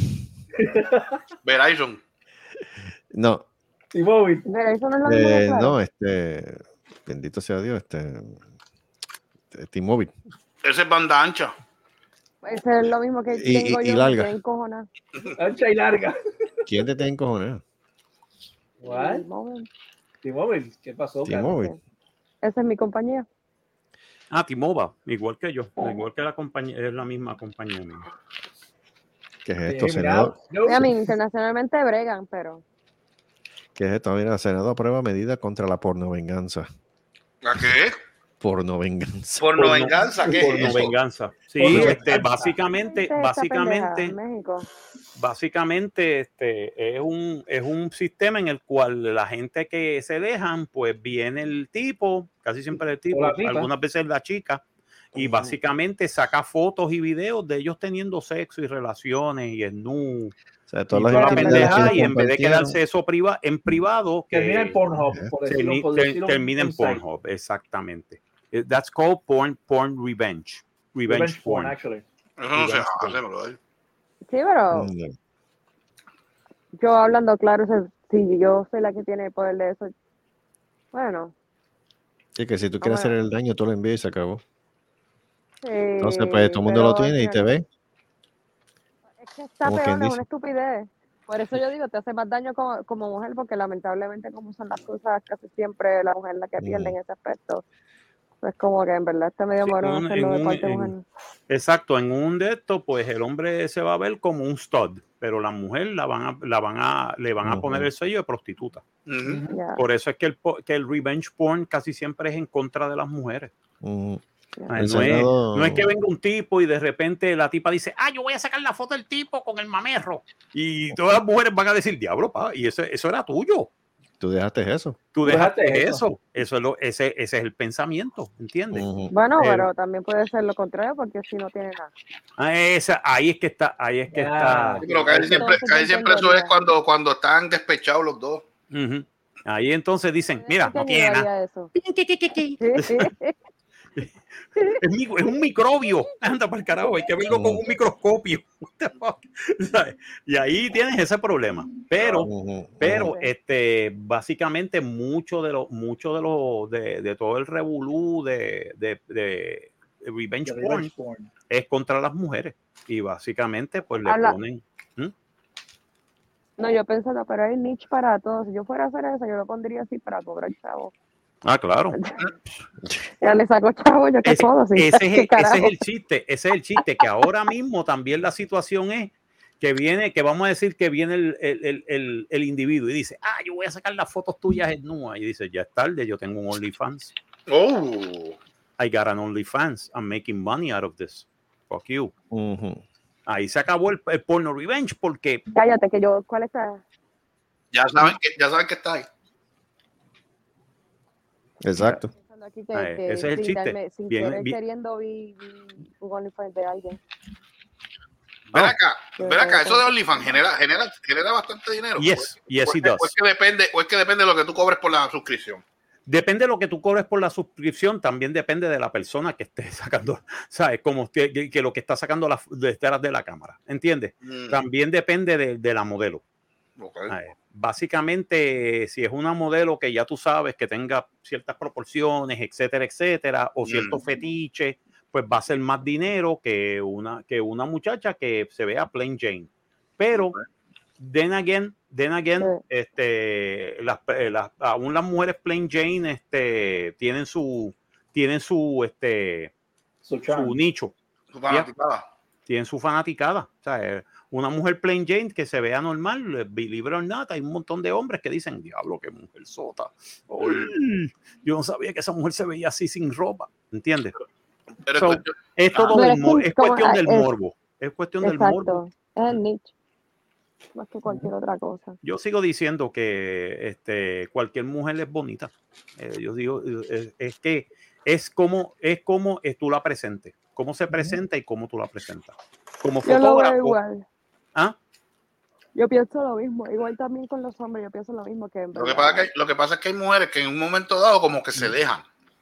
Verizon. No. T-Mobile. pero eso no es lo mismo Eh, de claro. no, este. Bendito sea Dios, este. este, T-Mobile. Ese es banda ancha. Eso es lo mismo que Y- tengo y- y yo. larga. Que encojona. Ancha y larga. ¿Quién te tiene encojonado? What? T-Mobile. T-Mobile. ¿Qué pasó? cara? T-Mobile. Esa es mi compañía. Ah, T-Mobile, igual que yo, igual que la compañía, es la misma compañía mía. ¿Qué es Eh, esto, mira, Senado? no. A mí internacionalmente bregan, pero ¿Qué es esto? Mira, Senado aprueba medida contra la pornovenganza. ¿La qué? Pornovenganza. Por no venganza, ¿qué Por es no eso? venganza. Sí, Por no este, venganza. básicamente, Esa pendeja básicamente, en México. básicamente este, es, un, es un sistema en el cual la gente que se dejan, pues viene el tipo, casi siempre el tipo, algunas veces la chica, y básicamente saca fotos y videos de ellos teniendo sexo y relaciones y el nu. O sea, Y, todas toda las la intimidades pendeja, que y en vez de compartieron. quedarse eso priva, en privado, que Termina en Pornhub, por decirlo, termi- por ter- decirlo termina un en site. Pornhub, exactamente. Eh, That's called porn, porn revenge. Revenge, Revenge porn, porn. actually. Eso no se Revenge hace, porn. brother. Sí, pero Mm, yo hablando claro, o sea, si yo soy la que tiene el poder de eso, bueno, Sí, que si tú quieres vamos hacer a- el daño, tú lo envías y se acabó. eh, Entonces, pues todo el mundo lo pero al tiene y te final- ve. Es que está Como peor, quien es dice. una estupidez. Por eso yo digo, te hace más daño como, como mujer, porque lamentablemente como son las cosas, casi siempre la mujer es la que pierde en ese aspecto. Es como que en verdad está medio Sí, morón un- hacerlo en de un- parte de en- mujer. Exacto, en un de estos, pues el hombre se va a ver como un stud, pero la mujer la van a, la van a, le van a poner Ujú. el sello de prostituta. Ujú. Ya. Por eso es que el, po- que el revenge porn casi siempre es en contra de las mujeres. Ujú. Ay, El no, es, Senado- no es que venga un tipo y de repente la tipa dice, ah, yo voy a sacar la foto del tipo con el mamerro. Y todas las mujeres van a decir, diablo, pa, y eso, eso era tuyo. Tú dejaste eso. Tú dejaste dejaste eso. eso. Eso es lo, ese, ese es el pensamiento, ¿entiendes? Ujú. Bueno, Pero- pero también puede ser lo contrario, porque si no tiene nada. Ah, esa, ahí es que está, ahí es que Ah, está. Sí, pero casi siempre, Entonces, casi yo siempre eso es entendería. cuando, cuando están despechados los dos. Ujú. Ahí entonces dicen, mira, no ¿Quién tiene nada. haría eso? Es, mi- es un microbio. Anda para el carajo, hay que verlo con un microscopio. ¿Sabes? Y ahí tienes ese problema. Pero, Ujú. pero Sí. este, básicamente mucho de lo, mucho de lo, de, de todo el revolú de, de, de revenge The porn revenge porn. es contra las mujeres. Y básicamente, pues le Habla- ponen. ¿Mm? No, yo pensando, pero hay niche para todos. Si yo fuera a hacer eso, yo lo pondría así para cobrar chavo. Ah, claro. Ya le saco chavo, yo que Ese, puedo. Sí. ese es el, ¿Qué ese es carajo? el chiste, ese es el chiste, que ahora mismo también la situación es que viene, que vamos a decir que viene el, el, el, el, el individuo y dice, ah, yo voy a sacar las fotos tuyas en nua, y dice, ya es tarde, yo tengo un OnlyFans. Oh. I got an OnlyFans, I'm making money out of this. Fuck you. Ujú. Ahí se acabó el, el porno revenge porque Cállate, que yo, ¿cuál está? Ya saben que, ya saben que está ahí. Exacto. Pensando aquí que, Ah, que ese es el sin chiste. darme- sin Bien, querer bien. queriendo vi, vi un OnlyFans de alguien. Ven Ah. acá, Yo ven acá, creo eso que- de OnlyFans genera, genera, genera bastante dinero. yes, yes o, it es, does. o es que depende, o es que depende de lo que tú cobres por la suscripción. Depende de lo que tú cobres por la suscripción, también depende de la persona que esté sacando, ¿sabes? Como que, que- que lo que está sacando la, detrás de la cámara, ¿entiendes? Mm, También depende de, de la modelo. ok. Ah, eh, Básicamente, si es una modelo que ya tú sabes que tenga ciertas proporciones, etcétera, etcétera, o ciertos Mm. fetiches, pues va a ser más dinero que una, que una muchacha que se vea plain Jane. Pero, then again, then again, Sí. este, las, eh, las- aún las mujeres plain Jane este, tienen su, tienen su, este, Su charm. su nicho, Su fanaticada. tienen su fanaticada. O sea, eh, una mujer plain Jane que se vea normal, eh, believe or not, hay un montón de hombres que dicen, diablo, qué mujer sota. Ay, yo no sabía que esa mujer se veía así sin ropa, ¿entiendes? Pero So, es cuestión- es todo No, del es que mor- es como- cuestión del es- morbo. Es cuestión del morbo. Exacto. Es el niche. Más que cualquier otra cosa. Yo sigo diciendo que este, cualquier mujer es bonita. Eh, yo digo, eh, es que es como, es como es tú la presentes, cómo se presenta y cómo tú la presentas. Como Yo lo veo fotógrafo. igual. ¿Ah? Yo pienso lo mismo. Igual también con los hombres, yo pienso lo mismo que en Lo que, verdad- pasa es que, lo que pasa es que hay mujeres que en un momento dado como que se dejan.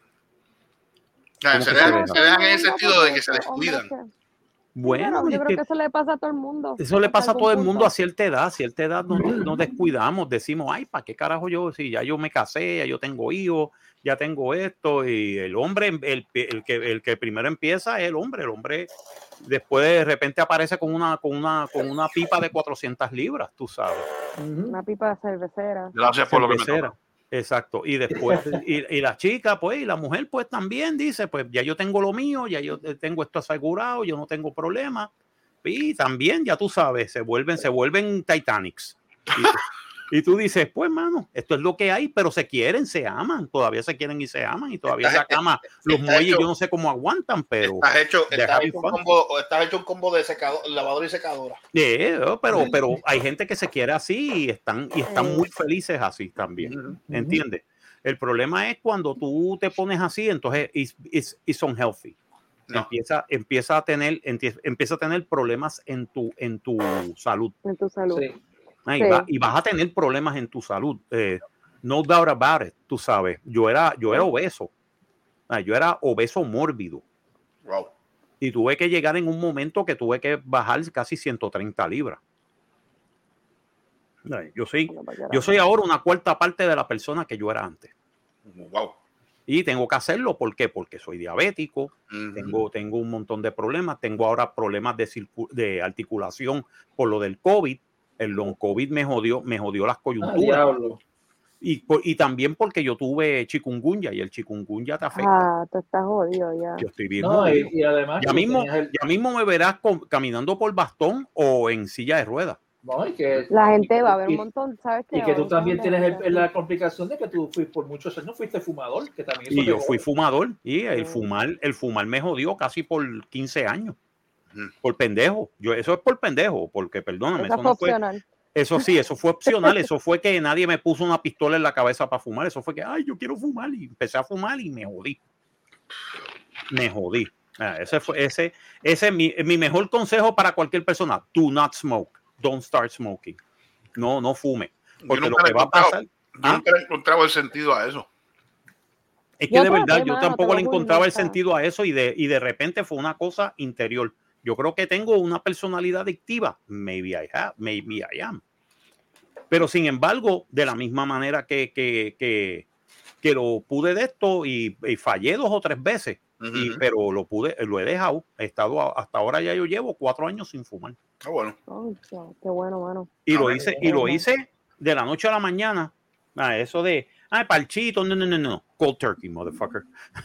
O sea, ¿Cómo se, que dejan, se dejan? se dejan en el sentido de que se Hombres descuidan. que- Bueno, Claro, yo es creo que que eso le pasa a todo el mundo. eso le hasta pasa a algún todo el punto. mundo a cierta edad. A cierta edad nos, nos descuidamos, decimos, ay, ¿para qué carajo yo? Si ya yo me casé, ya yo tengo hijos, ya tengo esto. Y el hombre, el, el, que, el que primero empieza es el hombre. El hombre después de repente aparece con una, con una, con una pipa de cuatrocientas libras, tú sabes. Una pipa de cervecera. Gracias por lo que me Cervecera. toca. Exacto. Y después, y, y la chica, pues, y la mujer, pues también dice, pues ya yo tengo lo mío, ya yo tengo esto asegurado, yo no tengo problema. Y también, ya tú sabes, se vuelven, se vuelven Titanics. Y, Y tú dices, pues, mano, esto es lo que hay, pero se quieren, se aman, todavía se quieren y se aman, y todavía en la cama, los muelles, yo no sé cómo aguantan, pero... Estás hecho, they're estás having hecho, un fun. combo, estás hecho un combo de secador, lavadora y secadora. Yeah, pero, pero hay gente que se quiere así y están, y están muy felices así también, Ujú. ¿entiendes? El problema es cuando tú te pones así, entonces it's, it's, it's unhealthy. No. Empieza, empieza, a tener, empie- empieza a tener problemas en tu, en tu salud. En tu salud. Sí. Ah, y, Sí. va- y vas a tener problemas en tu salud. Eh, no doubt about it, tú sabes. Yo era, yo era obeso. Ah, yo era obeso mórbido. Wow. Y tuve que llegar en un momento que tuve que bajar casi ciento treinta libras. Ay, Yo soy, yo soy ahora una cuarta parte de la persona que yo era antes. Wow. Y tengo que hacerlo. ¿Por qué? Porque soy diabético, Ujú. tengo, tengo un montón de problemas. Tengo ahora problemas de, circu- de articulación por lo del COVID. El long COVID me jodió, me jodió las Ah, coyunturas. diablo. Y, por- y también porque yo tuve chikungunya y el chikungunya te afecta. Ah, tú estás jodido ya. Yo estoy bien No, jodido. y, y además Ya tú mismo, tenías el- ya mismo me verás con- caminando por bastón o en silla de ruedas. no, y que, La gente va a ver y- un montón, ¿sabes qué? y que tú también tienes el- el, la complicación de que tú fuiste por muchos años fuiste fumador, que también eso Y te yo jode. fui fumador y el Sí. fumar, el fumar me jodió casi por quince años. Ujú. Por pendejo. Yo, eso es por pendejo, porque perdóname, Eso eso fue no fue. opcional. Eso sí, eso fue opcional. Eso fue que nadie me puso una pistola en la cabeza para fumar. Eso fue que, ay, yo quiero fumar. Y empecé a fumar y me jodí. Me jodí. Ah, ese fue ese, ese es mi, mi mejor consejo para cualquier persona. Do not smoke. Don't start smoking. No, no fume. Porque Yo lo nunca le que he va a encontrado- pasar. Yo ¿Ah? nunca le he encontrado el sentido a eso. Es que Yo de traté, verdad, yo mano, tampoco te le lo encontraba el juro, nunca. sentido a eso y de, y de repente fue una cosa interior. Yo creo que tengo una personalidad adictiva. Maybe I have, maybe I am. Pero sin embargo, de la misma manera que, que, que, que lo pude de esto y, y fallé dos o tres veces, Ujú, y, ujú. pero lo pude, lo he dejado. He estado a- hasta ahora ya yo llevo cuatro años sin fumar. Ah, bueno. Ay, qué bueno, mano. Y A lo ver. hice, y lo hice de la noche a la mañana. Ah, eso de, ay, parchito, no, no, no, no. Cold turkey, motherfucker.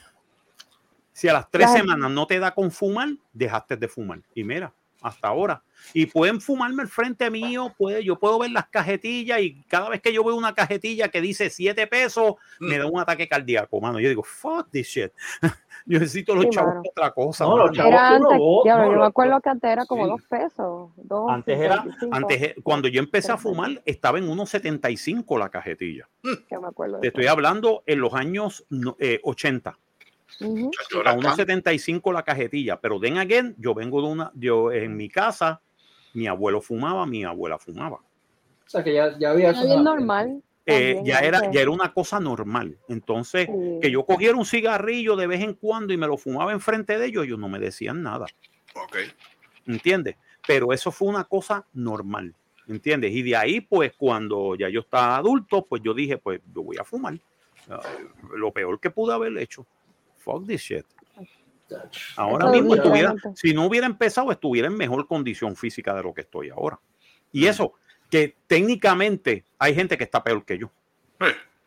Si a las tres La- semanas no te da con fumar, dejaste de fumar. Y mira, hasta ahora. Y pueden fumarme al frente mío, puede, yo puedo ver las cajetillas y cada vez que yo veo una cajetilla que dice siete pesos, me da un ataque cardíaco, mano. Yo digo, fuck this shit. Yo necesito los Sí, chavos mano. para otra cosa. No, mano. los chavos Era que uno antes, vota, diablo, no, yo lo- me acuerdo que antes era como sí. dos pesos. Dos, Antes era, veinticinco. antes, eh, cuando yo empecé a Tres pesos. fumar, estaba en uno setenta y cinco la cajetilla. Yo me acuerdo de Te estoy eso. hablando en los años no, eh, ochenta. Ujú. Chacho, ahora A uno están- setenta y cinco la cajetilla. Pero then again, yo vengo de una, yo en mi casa, mi abuelo fumaba, mi abuela fumaba. O sea que ya, ya había Era eso. bien en- normal. Eh, también ya, era, antes. ya era una cosa normal. Entonces, Sí. que yo cogiera un cigarrillo de vez en cuando y me lo fumaba enfrente de ellos, ellos no me decían nada. Ok. ¿Entiendes? Pero eso fue una cosa normal. ¿Entiendes? Y de ahí, pues, cuando ya yo estaba adulto, pues yo dije, pues, yo voy a fumar. Ah, lo peor que pude haber hecho. Fuck this shit. Ahora Eso mismo estuviera, literalmente. si no hubiera empezado, estuviera en mejor condición física de lo que estoy ahora. Y Mm. eso, que técnicamente hay gente que está peor que yo. Sí.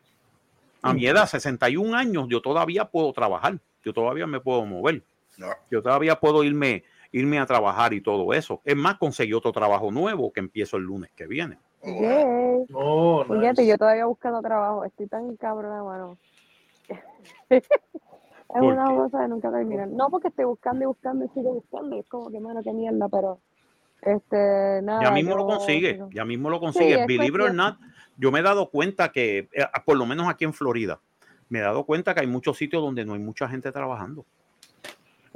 A mi edad, sesenta y un años, yo todavía puedo trabajar. Yo todavía me puedo mover. No. Yo todavía puedo irme, irme a trabajar y todo eso. Es más, conseguí otro trabajo nuevo que empiezo el lunes que viene. Oh, bueno. Yay. No, no. Fíjate, yo todavía buscando trabajo. Estoy tan cabrona, mano. Es ¿Por una qué? cosa de nunca terminar. No, porque estoy buscando y buscando y sigo buscando. Y es como que, mano, qué mierda, pero este, nada. Ya mismo lo yo consigues, sigo. ya mismo lo Sí, consigues. es Believe it or cuestión. not, yo me he dado cuenta que, eh, por lo menos aquí en Florida, me he dado cuenta que hay muchos sitios donde no hay mucha gente trabajando. Sí.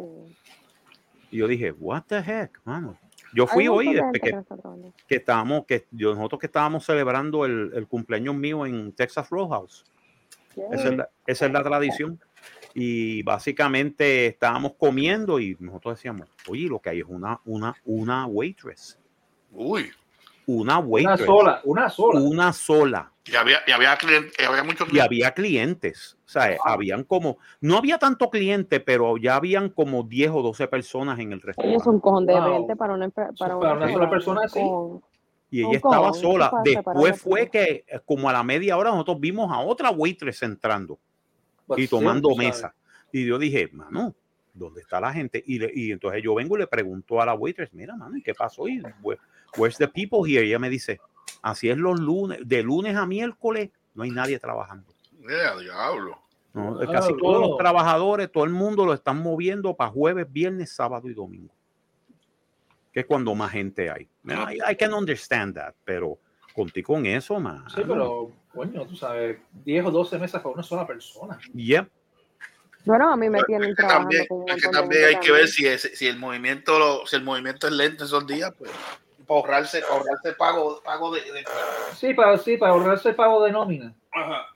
Y yo dije, what the heck, mano. Yo Hay fui un hoy montón de desde gente que que, no está trabajando. que estábamos, que yo- nosotros que estábamos celebrando el, el cumpleaños mío en Texas Roadhouse. Esa es Yay. la, esa es la tradición. Y básicamente estábamos comiendo y nosotros decíamos, oye, lo que hay es una, una, una waitress. Uy. Una Una waitress. sola, una sola. Una sola. Y había, y había, clientes, y había muchos Y clientes. había clientes. O sea, habían como, no había tanto cliente, pero ya habían como diez o doce personas en el Ellos restaurante. son un cojón de Wow. gente para una, empre- para Para una, una sola persona, sí. con- Y ella un estaba cojón, sola. eso para Después separarlo fue todo. que, eh, como a la media hora, nosotros vimos a otra waitress entrando Pues y sí, tomando tú sabes. mesa. Y yo dije, mano, ¿dónde está la gente? Y, le- y entonces yo vengo y le pregunto a la waitress, mira, mano, ¿y qué pasó? Y, where- where's the people here? Y ella me dice, Así es los lunes, de lunes a miércoles no hay nadie trabajando. Yeah, diablo. No, Ah, casi todos no. los trabajadores, todo el mundo lo están moviendo para jueves, viernes, sábado y domingo, que es cuando más gente hay. I, I can understand that, pero contigo con eso, man. Sí, pero, coño, tú sabes, diez o doce meses para una sola persona. Yep. Bueno, a mí me tienen Es que trabajando también, con un es que montón de también gente hay que ver también. si, es, si el movimiento lo, si el movimiento es lento esos días, pues para ahorrarse, ahorrarse pago, pago de, de... Sí, para, sí, para ahorrarse el pago de nómina. Ajá.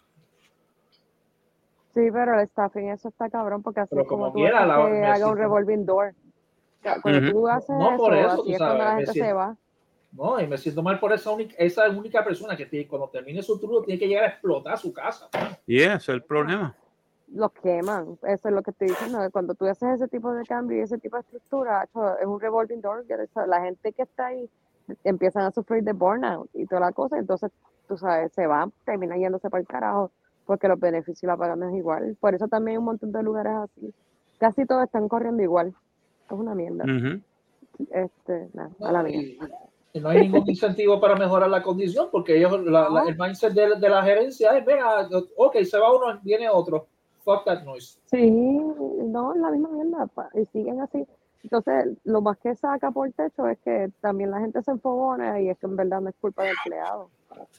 Sí, pero el staffing, eso está cabrón, porque así Pero es como, como tú quiera, haces la- que me haga un siento- revolving door. Cuando Ujú. tú haces No, por eso, eso, así tú es cuando sabes, la me gente se siento- va. No, y me siento mal por esa única, esa única persona que tiene, cuando termine su turno tiene que llegar a explotar su casa. Y ese es el problema. Los queman, eso es lo que estoy diciendo, que cuando tú haces ese tipo de cambio y ese tipo de estructura, hecho, es un revolving door, que eso, la gente que está ahí empiezan a sufrir de burnout y toda la cosa, entonces, tú sabes, se van, terminan yéndose para el carajo, porque los beneficios y la pagan no es igual. Por eso también hay un montón de lugares así. Casi todos están corriendo igual. Es una mierda. Ujú. Este, nada, a No, la mía. y, y no hay ningún incentivo para mejorar la condición, porque ellos, la, la- el mindset de, de la gerencia es, venga, ok, se va uno, viene otro. Fuck that noise. Sí, no, es la misma mierda, pa- y siguen así. Entonces, lo más que saca por techo es que también la gente se enfogona y es que en verdad no es culpa del empleado.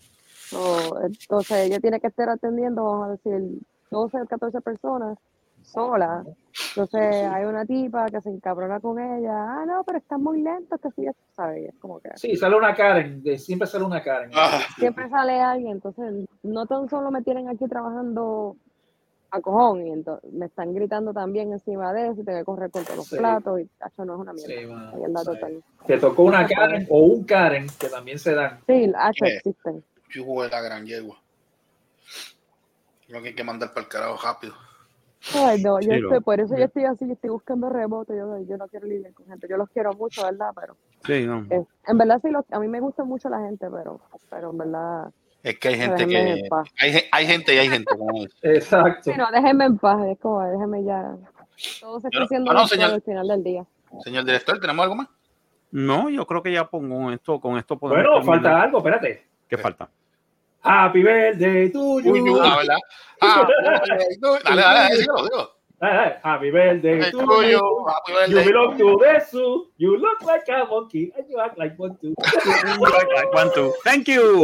So, entonces, ella tiene que estar atendiendo, vamos a decir, doce o catorce personas sola. Entonces, hay una tipa que se encabrona con ella. Ah, no, pero está muy lento, que sí, ¿sabes? Es como que Sí, sale una Karen, de, siempre sale una Karen. Ah, siempre sale alguien. Entonces, no tan solo me tienen aquí trabajando a cojón y entonces me están gritando también encima de eso y tengo que correr con todos los Sí. platos y eso no es una mierda. Sí, man, Mierda sí. total. Te tocó una No se Karen puede. o un Karen, que también se dan. Sí, hacho, ¿Qué? existen. Yo jugué la gran yegua. Lo que hay que mandar para el carajo rápido. Ay, no, yo Sí, estoy, lo- por eso yo estoy así, yo estoy buscando remoto, yo, yo no quiero lidiar con gente, yo los quiero mucho, ¿verdad? Pero Sí, no. eh, en verdad sí, los, a mí me gusta mucho la gente, pero, pero en verdad, Es que hay no, gente déjenme que en paz. hay, gen- hay gente y hay gente como es. Exacto. Sí, no, déjenme en paz, es como, déjenme ya, todo se está Yo- haciendo no, no, doctor señor. al final del día. Señor director, ¿tenemos algo más? No, yo creo que ya pongo esto, con esto podemos Bueno, terminar. falta algo, espérate. ¿Qué falta? Happy birthday to you. Ah, ¿verdad? Ah, dale, dale, dale, dígalo, dígalo. Hey, hey, happy birthday Hey, to to you. you, happy You birthday. belong to the zoo. You look like a monkey and you act like one too. One, two. Thank you.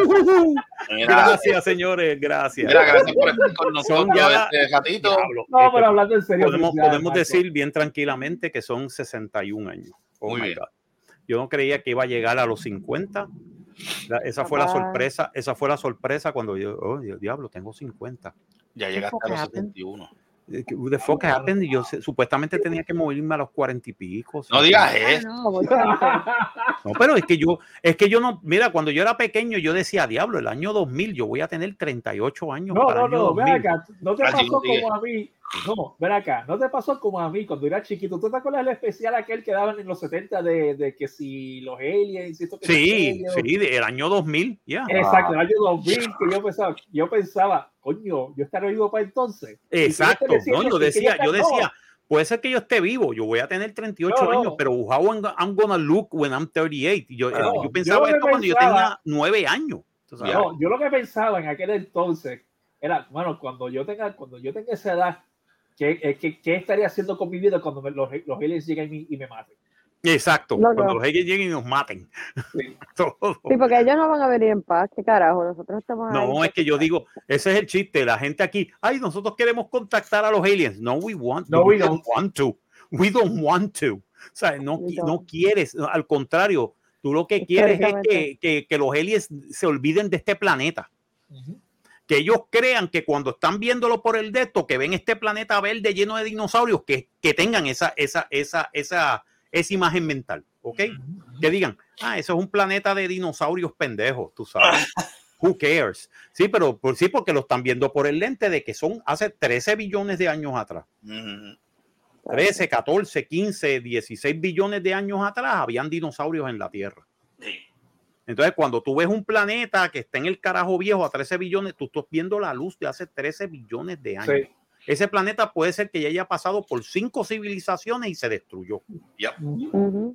Mira, Gracias, señores. Gracias. mira, gracias por estar con Son nosotros ya- este ratito. Diablo, No, este, pero hablando en serio. podemos, felicidades, podemos Marco. decir bien tranquilamente que son sesenta y un años. Oh Muy my bien. God. Yo no creía que iba a llegar a los cincuenta. La- esa fue la Papá. sorpresa. Esa fue la sorpresa cuando yo, oh, diablo, tengo cincuenta. Ya llegaste a los setenta y uno. What the fuck happened? Y yo se- supuestamente tenía que moverme a los cuarenta y pico. No digas Ah, eso. no, muchacho. No, pero es que yo, es que yo no, mira, cuando yo era pequeño, yo decía, diablo, el año dos mil, yo voy a tener treinta y ocho años No, para no, el año no, dos ven mil. acá, no te Así pasó no sigue. como a mí. No, ven acá, no te pasó como a mí cuando era chiquito. ¿Tú te acuerdas del especial aquel que daban en los setenta de, de que si los aliens y esto que Sí, los aliens? sí, del año dos mil, ya. Exacto, el año dos mil, que yo pensaba, yo pensaba, coño, yo estaré vivo para entonces. Y que Exacto, esté diciendo no, yo que- que decía, ya yo está- decía, puede ser que yo esté vivo, yo voy a tener treinta y ocho No, no. años, pero how I'm, I'm gonna look when I'm thirty-eight. Y Yo, No, yo yo pensaba lo que esto cuando yo pensaba- tenía nueve años. tú sabes. No, yo lo que pensaba en aquel entonces era, bueno, cuando yo tenga, cuando yo tenga esa edad, ¿qué, eh, qué, qué estaría haciendo con mi vida cuando me- los, los aliens lleguen y, y me maten? Exacto, No, no. cuando los Hegel lleguen y nos maten. Sí. Todo. Sí, porque ellos no van a venir en paz, qué carajo, nosotros estamos ahí. No, es que yo digo, ese es el chiste, la gente aquí, ay, nosotros queremos contactar a los aliens. No, we want, No, we don't want to. We don't want to. O sea, no, We qui- don't. no quieres, no, al contrario, tú lo que quieres es que, Históricamente. que, que los aliens se olviden de este planeta. Ujú. Que ellos crean que cuando están viéndolo por el de esto, que ven este planeta verde lleno de dinosaurios, que, que tengan esa, esa, esa, esa, esa imagen mental, ¿ok? Que digan, ah, eso es un planeta de dinosaurios pendejos, tú sabes. Who cares? Sí, pero por, sí, porque lo están viendo por el lente de que son hace trece billones de años atrás. Ujú. trece, catorce, quince, dieciséis billones de años atrás habían dinosaurios en la Tierra. Sí. Entonces, cuando tú ves un planeta que está en el carajo viejo a trece billones, tú estás viendo la luz de hace trece billones de años. Sí. Ese planeta puede ser que ya haya pasado por cinco civilizaciones y se destruyó. Yep. Ujú.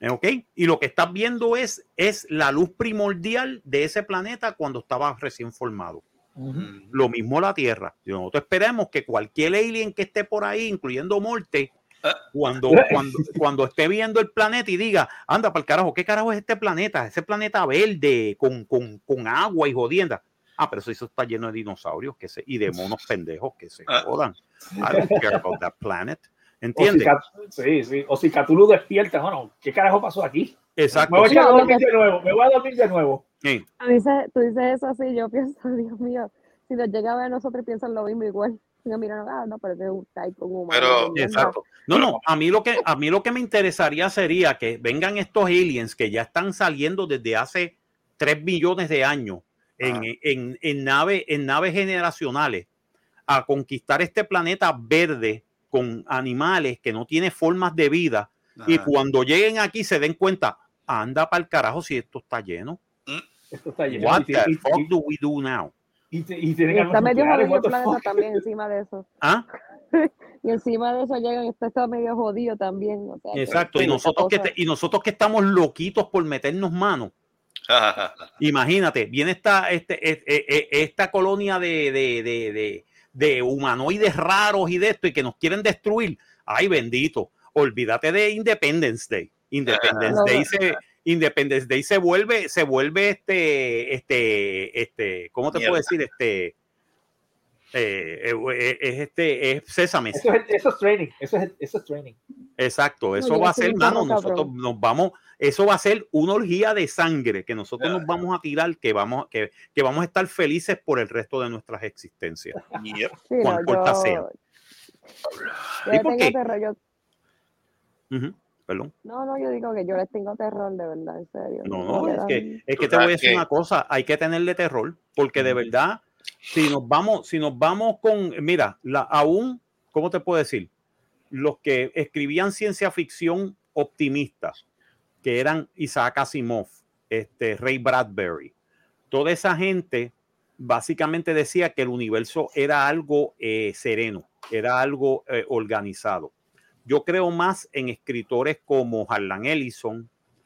¿Ok? Y lo que estás viendo es, es la luz primordial de ese planeta cuando estaba recién formado. Uh-huh. Lo mismo la Tierra. Nosotros esperemos que cualquier alien que esté por ahí, incluyendo Morte, cuando, cuando, cuando esté viendo el planeta y diga, anda para el carajo, ¿qué carajo es este planeta? Ese planeta verde con, con, con agua y jodienda. Ah, pero eso está lleno de dinosaurios que se, y de monos pendejos que se jodan. I don't care about that planet. ¿Entiendes? O si, sí, sí. O si Cthulhu despierta, bueno, ¿qué carajo pasó aquí? Exacto. Me voy a dormir de nuevo, me voy a dormir de nuevo. Sí. Tú dices, tú dices eso así, yo pienso, Dios mío, si nos llega a ver nosotros piensan lo mismo igual. No, mira, ah, no, pero es un type humano. Pero, exacto. No, no, a mí lo que a mí lo que me interesaría sería que vengan estos aliens que ya están saliendo desde hace tres billones de años en, ah. en, en, nave, en naves generacionales a conquistar este planeta verde con animales que no tiene formas de vida. Ajá. Y cuando lleguen aquí se den cuenta, anda para el carajo si esto está lleno. Esto está lleno. What the fuck do we do now? Y, te, y, tienen y está medio jodido el planeta fuck? también encima de eso. ¿Ah? Y encima de eso llegan, está, está medio jodido también. O sea, exacto, que, y, nosotros que te, y nosotros que estamos loquitos por meternos manos. Imagínate, viene esta, este, este, esta colonia de, de, de, de, de humanoides raros y de esto y que nos quieren destruir. Ay, bendito. Olvídate de Independence Day. Independence no, Day se... Independence Day se vuelve, se vuelve este, este, este, ¿cómo te Mierda. puedo decir? Este, eh, eh, es este, es Sésame. Eso es, eso es training, eso es, eso es training. Exacto, eso no, va a ser, mano, nosotros cabrón. nos vamos, eso va a ser una orgía de sangre que nosotros yeah. nos vamos a tirar, que vamos, que, que vamos a estar felices por el resto de nuestras existencias. Yep. Sí, cuan no, corta yo, sea. Yo ¿Y por qué? Terror, yo... Uh-huh. Perdón. No, no, yo digo que yo les tengo terror, de verdad, en serio. No, no, es que, es que te voy a decir una cosa, hay que tenerle terror, porque de verdad, si nos vamos, si nos vamos con, mira, la, aún, ¿cómo te puedo decir? Los que escribían ciencia ficción optimistas, que eran Isaac Asimov, este, Ray Bradbury, toda esa gente básicamente decía que el universo era algo eh, sereno, era algo eh, organizado. Yo creo más en escritores como Harlan Ellison,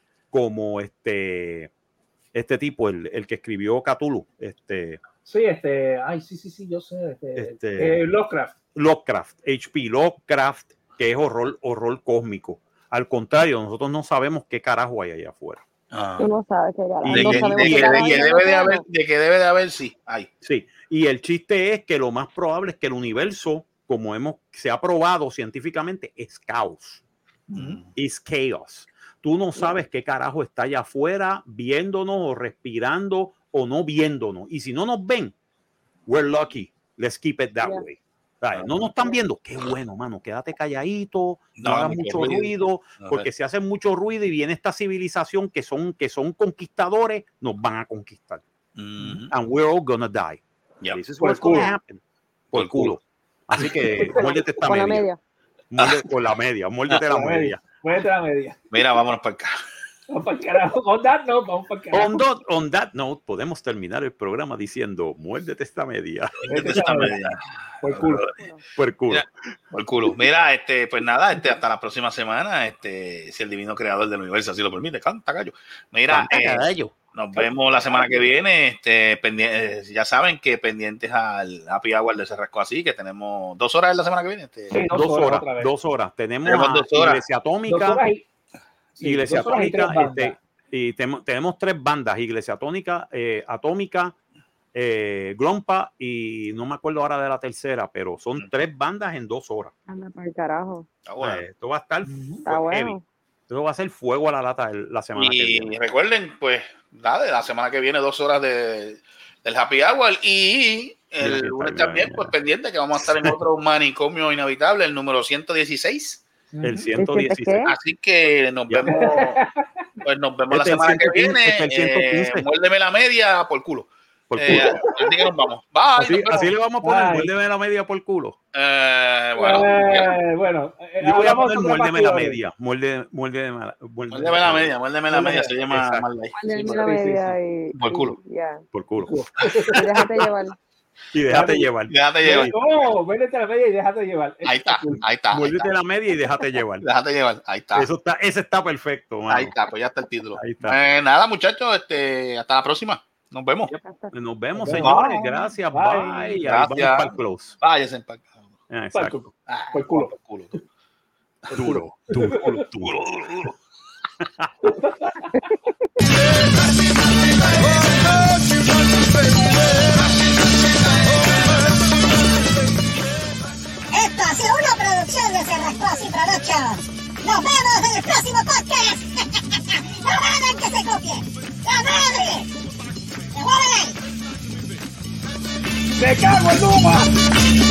como este, este tipo, el, el que escribió Cthulhu. Este, sí, este, ay, sí, sí, sí, yo sé. Este, este, eh, Lovecraft. Lovecraft, H P Lovecraft, que es horror, horror cósmico. Al contrario, nosotros no sabemos qué carajo hay allá afuera. Ah. Tú no sabes qué carajo. De, no que, sabemos de, qué que, carajo de, que debe de, haber, de que debe de haber, sí, hay. Sí, y el chiste es que lo más probable es que el universo, como hemos, se ha probado científicamente, es caos. Mm-hmm. Es chaos. Tú no sabes qué carajo está allá afuera viéndonos o respirando o no viéndonos. Y si no nos ven, we're lucky. Let's keep it that yeah. way. ¿Sabes? No nos están viendo. Qué bueno, mano. Quédate calladito. No, no hagas mucho ruido. ruido porque si hacen mucho ruido y viene esta civilización que son, que son conquistadores, nos van a conquistar. Mm-hmm. And we're all gonna die. Yep. This is what's going to happen. Por el culo. Así que muérdete esta media. La media. Muérdete con la media, muérdete la media. Muérdete la media. Mira, vámonos para acá. Vamos para el carajo. On that note, vamos para el carajo. On that, on that note, podemos terminar el programa diciendo, muérdete esta media. Muérdete esta media. Por el culo. Por el culo. Mira, por el culo. Mira, este, pues nada, este, hasta la próxima semana, este, si el divino creador del universo así lo permite, canta gallo. Mira, canta eh, gallo. Nos vemos la semana que viene. Este, pendientes, ya saben que pendientes al Happy Hour de Cerrasco así, que tenemos dos horas en la semana que viene. Este, sí, dos, dos horas, horas dos horas. Tenemos, tenemos dos horas. Iglesia Atómica. Horas y, sí, Iglesia Atómica. Y, este, y tem, tenemos tres bandas: Iglesia Atómica, eh, Atómica, eh, Grompa, y no me acuerdo ahora de la tercera, pero son mm. tres bandas en dos horas. Anda para el carajo. Está bueno. Eh, esto va a estar Está bueno. heavy. Esto va a ser fuego a la lata la semana y que viene. Y recuerden, pues, nada, la semana que viene, dos horas de, del Happy Hour. Y el sí, lunes también, pues, pendiente, que vamos a estar en otro manicomio inhabitable, el número ciento dieciséis. El ciento dieciséis. Así que nos vemos, pues, nos vemos este la semana que viene. Eh, muérdeme la media por culo. Por culo. Eh, así que nos vamos. Bye, así, nos vemos. así le vamos a poner, muérdeme la media por culo. Eh, bueno, eh, bueno eh, yo voy a poner muérdeme la media. Muerde, muerde, muerde, muérdeme la media, muérdeme la media. Se llama Muérdeme la media y. Por culo. Yeah. Por culo. Déjate llevar. Y déjate llevar. Déjate llevar. No, véndete la media y déjate llevar. Ahí está, ahí está. Muérdete la media y déjate llevar. Déjate llevar, ahí está. Eso está, ese está perfecto, mano. Ahí está, pues ya está el título. Ahí está. Eh, nada, muchachos, este, hasta la próxima. Nos vemos. Nos vemos, Bye. señores. Gracias. Bye. Bye. Ahí Gracias. vamos para el close. Váyanse en paz. Ah, exacto. Ah, Por culo. por culo. Duro, duro, duro, duro, duro. Esto ha sido una producción de Cerrascos y Productions. Nos vemos en el próximo podcast. ¡No hagan que se copie! ¡La madre! ¡Se mueven ahí! ¡Me cago en Luma!